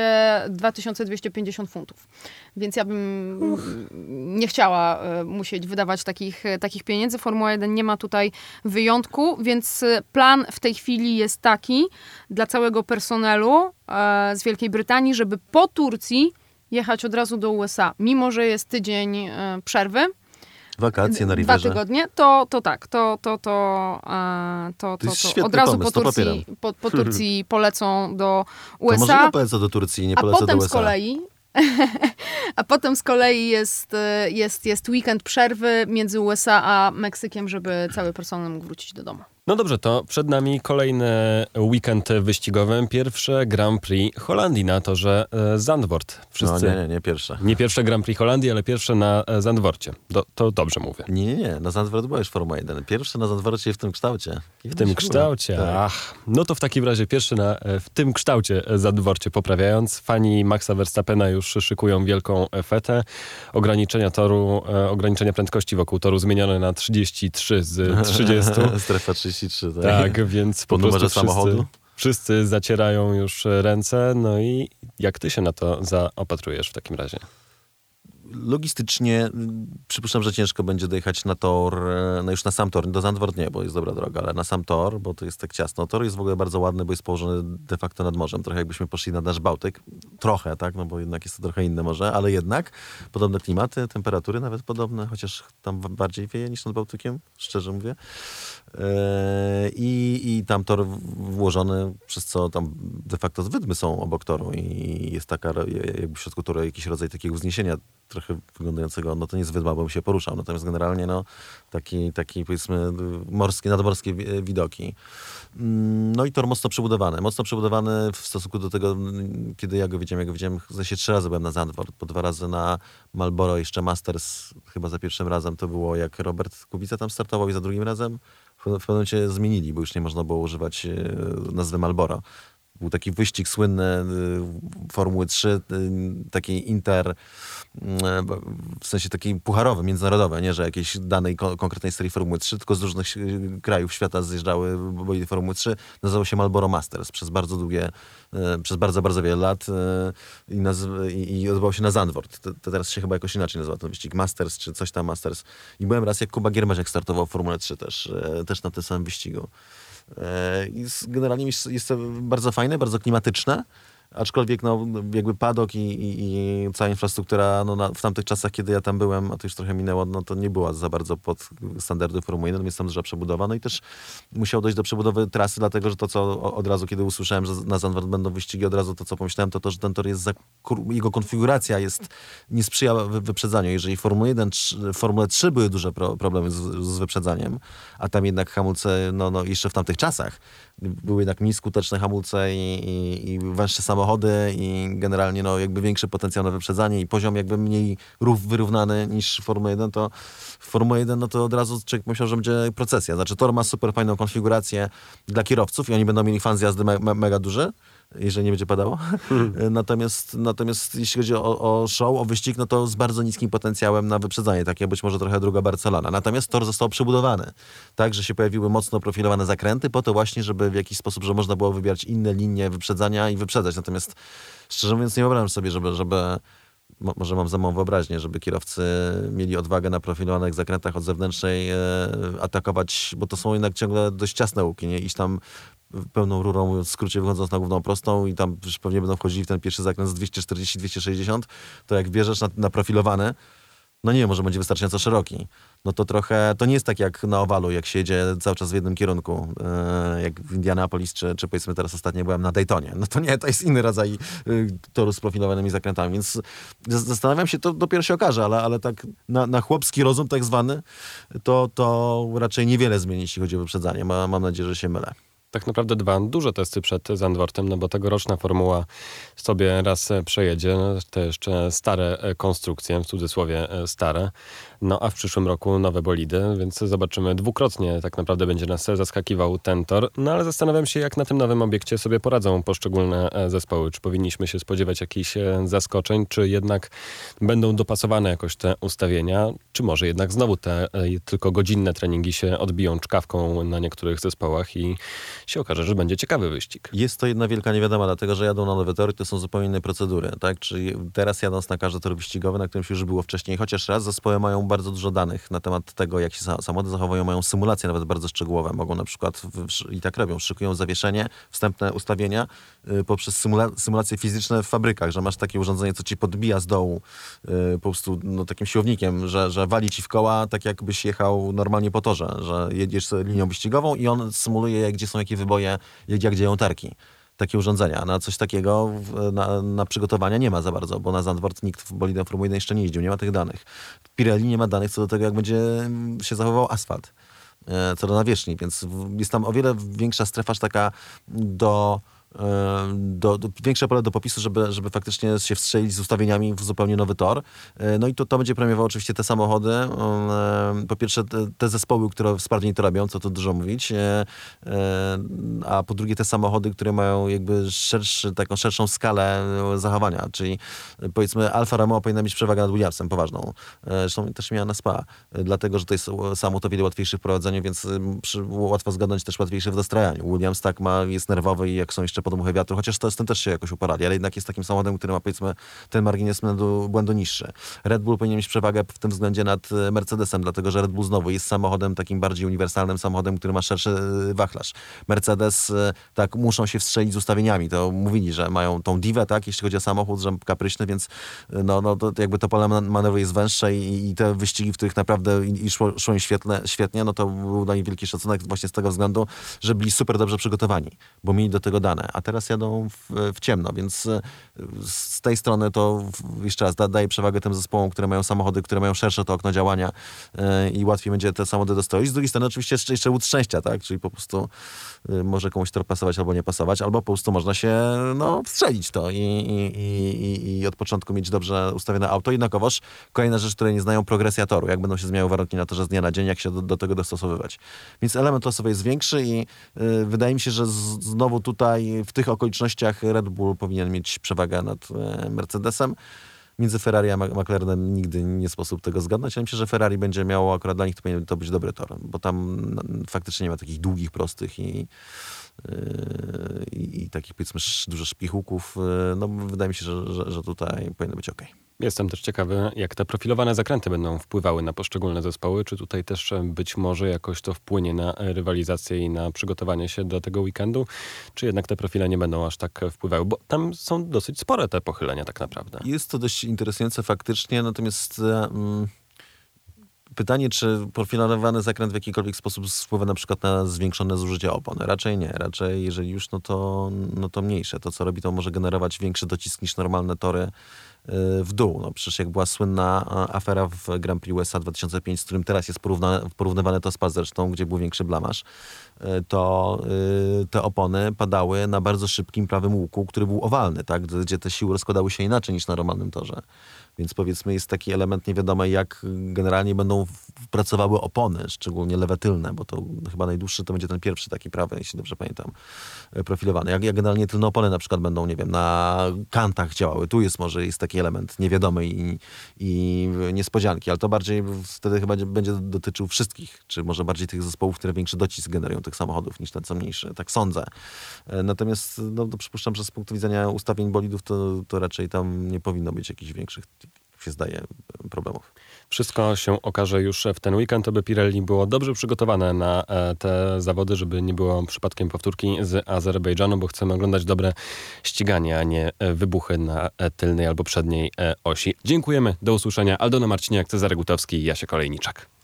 2250 funtów. Więc ja bym nie chciała musieć wydawać takich pieniędzy. Formuła 1 nie ma tutaj wyjątku, więc plan w tej chwili jest taki dla całego personelu z Wielkiej Brytanii, żeby po Turcji jechać od razu do USA. Mimo że jest tydzień przerwy, wakacje na Riverze. 2 tygodnie, to od razu pomysł, po Turcji polecą do USA. To może ja polecę do Turcji, nie polecę do USA. A potem z kolei jest weekend przerwy między USA a Meksykiem, żeby cały personel mógł wrócić do domu. No dobrze, to przed nami kolejny weekend wyścigowy. Pierwsze Grand Prix Holandii na torze Zandvoort. Wszyscy... No nie pierwsze. Nie pierwsze Grand Prix Holandii, ale pierwsze na Zandvoorcie. To dobrze mówię. Nie. Na Zandvoort była już Formuła 1. Pierwsze na Zandvoorcie w tym kształcie. W tym kształcie, tak. Ach. No to w takim razie pierwszy w tym kształcie Zandvoorcie poprawiając. Fani Maxa Verstappena już szykują wielką fetę. Ograniczenia prędkości wokół toru zmienione na 33 z 30. Strefa 33. Tak, więc po prostu wszyscy zacierają już ręce. No i jak ty się na to zaopatrujesz w takim razie? Logistycznie przypuszczam, że ciężko będzie dojechać na tor, no już na sam tor, do Zandvoort nie, bo jest dobra droga, ale na sam tor, bo to jest tak ciasno. Tor jest w ogóle bardzo ładny, bo jest położony de facto nad morzem. Trochę jakbyśmy poszli na nasz Bałtyk. Trochę, tak, no bo jednak jest to trochę inne morze, ale jednak podobne klimaty, temperatury nawet podobne, chociaż tam bardziej wieje niż nad Bałtykiem, szczerze mówię. I tam tor włożony, przez co tam de facto wydmy są obok toru i jest taka jakby w środku toru jakiś rodzaj takiego wzniesienia trochę wyglądającego, no to nie jest wydma, bo bym się poruszał, natomiast generalnie no taki powiedzmy nadmorskie widoki. No i tor mocno przebudowany w stosunku do tego, kiedy ja go widziałem, zresztą 3 razy byłem na Zandvoort, po 2 razy na Marlboro, jeszcze Masters, chyba za pierwszym razem to było jak Robert Kubica tam startował i za drugim razem w pewnym momencie zmienili, bo już nie można było używać nazwy Marlboro. Był taki wyścig słynny Formuły 3, takiej w sensie takiej pucharowy, międzynarodowe, nie, że jakiejś danej konkretnej serii Formuły 3, tylko z różnych krajów świata zjeżdżały bolidy Formuły 3. Nazywał się Marlboro Masters przez bardzo długie, przez bardzo, bardzo wiele lat i odbywał się na Zandvoort. To teraz się chyba jakoś inaczej nazywa ten wyścig Masters, czy coś tam Masters. I byłem raz, jak Kuba Giermasiak startował w Formule 3 też na tym samym wyścigu. I generalnie jest to bardzo fajne, bardzo klimatyczne, aczkolwiek no, jakby padok i cała infrastruktura w tamtych czasach, kiedy ja tam byłem, a to już trochę minęło, no to nie była za bardzo pod standardy Formuły 1, więc tam duża przebudowa. No i też musiał dojść do przebudowy trasy, dlatego że to, co od razu, kiedy usłyszałem, że na Zandvoort będą wyścigi, od razu to, co pomyślałem, to, że ten tor jest jego konfiguracja nie sprzyja wyprzedzaniu. Jeżeli w Formule 3 były duże problemy z wyprzedzaniem, a tam jednak hamulce, no jeszcze w tamtych czasach były jednak mniej skuteczne hamulce i węższe samochody i generalnie no, jakby większy potencjał na wyprzedzanie i poziom jakby mniej wyrównany niż Formuła 1, to w Formule 1 no to od razu człowiek myślał, że będzie procesja. Znaczy tor ma super fajną konfigurację dla kierowców i oni będą mieli fan z jazdy mega duży, jeżeli nie będzie padało. Natomiast jeśli chodzi o show, o wyścig, no to z bardzo niskim potencjałem na wyprzedzanie, tak jak być może trochę druga Barcelona. Natomiast tor został przebudowany, tak, że się pojawiły mocno profilowane zakręty po to właśnie, żeby w jakiś sposób, że można było wybierać inne linie wyprzedzania i wyprzedzać. Natomiast szczerze mówiąc nie wyobrażam sobie, żeby może mam za małą wyobraźnię, żeby kierowcy mieli odwagę na profilowanych zakrętach od zewnętrznej atakować, bo to są jednak ciągle dość ciasne łuki, nie? Iść tam pełną rurą, mówiąc w skrócie, wychodząc na główną prostą i tam już pewnie będą wchodzili w ten pierwszy zakręt z 240-260, to jak bierzesz na profilowany, no nie wiem, może będzie wystarczająco szeroki. No to trochę, to nie jest tak jak na owalu, jak się jedzie cały czas w jednym kierunku, jak w Indianapolis, czy powiedzmy teraz ostatnio byłem na Daytonie. No to nie, to jest inny rodzaj toru z profilowanymi zakrętami, więc zastanawiam się, to dopiero się okaże, ale tak na chłopski rozum tak zwany, to raczej niewiele zmieni, jeśli chodzi o wyprzedzanie. Mam nadzieję, że się mylę. Tak naprawdę dwa duże testy przed Zandvoortem, no bo tegoroczna formuła sobie raz przejedzie, te jeszcze stare konstrukcje, w cudzysłowie stare, no a w przyszłym roku nowe bolidy, więc zobaczymy dwukrotnie tak naprawdę będzie nas zaskakiwał ten tor, no ale zastanawiam się, jak na tym nowym obiekcie sobie poradzą poszczególne zespoły, czy powinniśmy się spodziewać jakichś zaskoczeń, czy jednak będą dopasowane jakoś te ustawienia, czy może jednak znowu te tylko godzinne treningi się odbiją czkawką na niektórych zespołach i się okaże, że będzie ciekawy wyścig. Jest to jedna wielka niewiadoma, dlatego że jadą na nowe tory, to są zupełnie inne procedury, tak? Czyli teraz jadąc na każdy tor wyścigowy, na którym się już było wcześniej, chociaż raz zespoły mają bardzo dużo danych na temat tego, jak się samochody zachowują, mają symulacje nawet bardzo szczegółowe. Mogą na przykład, i tak robią, szykują zawieszenie, wstępne ustawienia poprzez symulacje fizyczne w fabrykach, że masz takie urządzenie, co ci podbija z dołu po prostu takim siłownikiem, że wali ci w koła, tak jakbyś jechał normalnie po torze, że jedziesz linią wyścigową i on symuluje, gdzie są jakie wyboje, jak dzieją tarki. Takie urządzenia. Na coś takiego na przygotowania nie ma za bardzo, bo na Zandvoort nikt w bolidem Formuły 1 jeszcze nie jeździł, nie ma tych danych. Pirelli nie ma danych co do tego, jak będzie się zachowywał asfalt, co do nawierzchni, więc jest tam o wiele większa strefa taka większe pole do popisu, żeby faktycznie się wstrzelić z ustawieniami w zupełnie nowy tor. No i to będzie premiowało oczywiście te samochody. Po pierwsze te zespoły, które sprawniej to robią, co tu dużo mówić, a po drugie te samochody, które mają jakby taką szerszą skalę zachowania, czyli powiedzmy Alfa Romeo powinna mieć przewagę nad Williamsem poważną. Zresztą też miała na SPA, dlatego, że to jest samochód o wiele łatwiejszy w prowadzeniu, więc łatwo zgadnąć też łatwiejszy w dostrajaniu. Williams tak jest nerwowy i jak są jeszcze podmuchy wiatru, chociaż to z tym też się jakoś uporali, ale jednak jest takim samochodem, który ma powiedzmy ten margines błędu niższy. Red Bull powinien mieć przewagę w tym względzie nad Mercedesem, dlatego że Red Bull znowu jest samochodem takim bardziej uniwersalnym samochodem, który ma szerszy wachlarz. Mercedes tak muszą się wstrzelić z ustawieniami. To mówili, że mają tą divę, tak, jeśli chodzi o samochód, że kapryśny, więc to jakby to pole manewru jest węższe i te wyścigi, w których naprawdę szło im świetnie, no to był dla nich wielki szacunek właśnie z tego względu, że byli super dobrze przygotowani, bo mieli do tego dane. a teraz jadą w ciemno, więc z tej strony to jeszcze raz daje przewagę tym zespołom, które mają samochody, które mają szersze to okno działania i łatwiej będzie te samochody dostroić. Z drugiej strony oczywiście jeszcze łód szczęścia, tak? Czyli po prostu może komuś tor pasować albo nie pasować, albo po prostu można się wstrzelić to i od początku mieć dobrze ustawione auto. Jednakowoż kolejna rzecz, której nie znają, progresja toru. Jak będą się zmieniały warunki na torze z dnia na dzień, jak się do tego dostosowywać. Więc element losowy jest większy i wydaje mi się, że znowu tutaj w tych okolicznościach Red Bull powinien mieć przewagę nad Mercedesem. Między Ferrari a McLarenem nigdy nie sposób tego zgadnąć. Ja myślę, że Ferrari będzie miało, akurat dla nich to powinien to być dobry tor, bo tam faktycznie nie ma takich długich, prostych i takich, powiedzmy, dużo szpichłuków. No, wydaje mi się, że tutaj powinno być okej. Jestem też ciekawy, jak te profilowane zakręty będą wpływały na poszczególne zespoły. Czy tutaj też być może jakoś to wpłynie na rywalizację i na przygotowanie się do tego weekendu? Czy jednak te profile nie będą aż tak wpływały? Bo tam są dosyć spore te pochylenia tak naprawdę. Jest to dość interesujące faktycznie, natomiast pytanie, czy profilowany zakręt w jakikolwiek sposób wpływa na przykład na zwiększone zużycie opon? Raczej nie. Raczej jeżeli już, no to mniejsze. To, co robi, to może generować większy docisk niż normalne tory w dół. No przecież jak była słynna afera w Grand Prix USA 2005, z którym teraz jest porównywane to spa zresztą, gdzie był większy blamaż, to te opony padały na bardzo szybkim prawym łuku, który był owalny, tak? Gdzie te siły rozkładały się inaczej niż na normalnym torze. Więc powiedzmy jest taki element niewiadomy, jak generalnie będą pracowały opony, szczególnie lewe tylne, bo to chyba najdłuższy to będzie ten pierwszy taki prawy, jeśli dobrze pamiętam, profilowany. Jak generalnie tylne opony na przykład będą, nie wiem, na kantach działały. Tu jest taki element niewiadomy i niespodzianki, ale to bardziej wtedy chyba będzie dotyczył wszystkich, czy może bardziej tych zespołów, które większy docisk generują tych samochodów niż ten co mniejszy. Tak sądzę. Natomiast to przypuszczam, że z punktu widzenia ustawień bolidów to raczej tam nie powinno być jakichś większych, jak się zdaje, problemów. Wszystko się okaże już w ten weekend, aby Pirelli było dobrze przygotowane na te zawody, żeby nie było przypadkiem powtórki z Azerbejdżanu, bo chcemy oglądać dobre ściganie, a nie wybuchy na tylnej albo przedniej osi. Dziękujemy, do usłyszenia. Aldona Marciniak, Cezary Gutowski i Jasia Kolejniczak.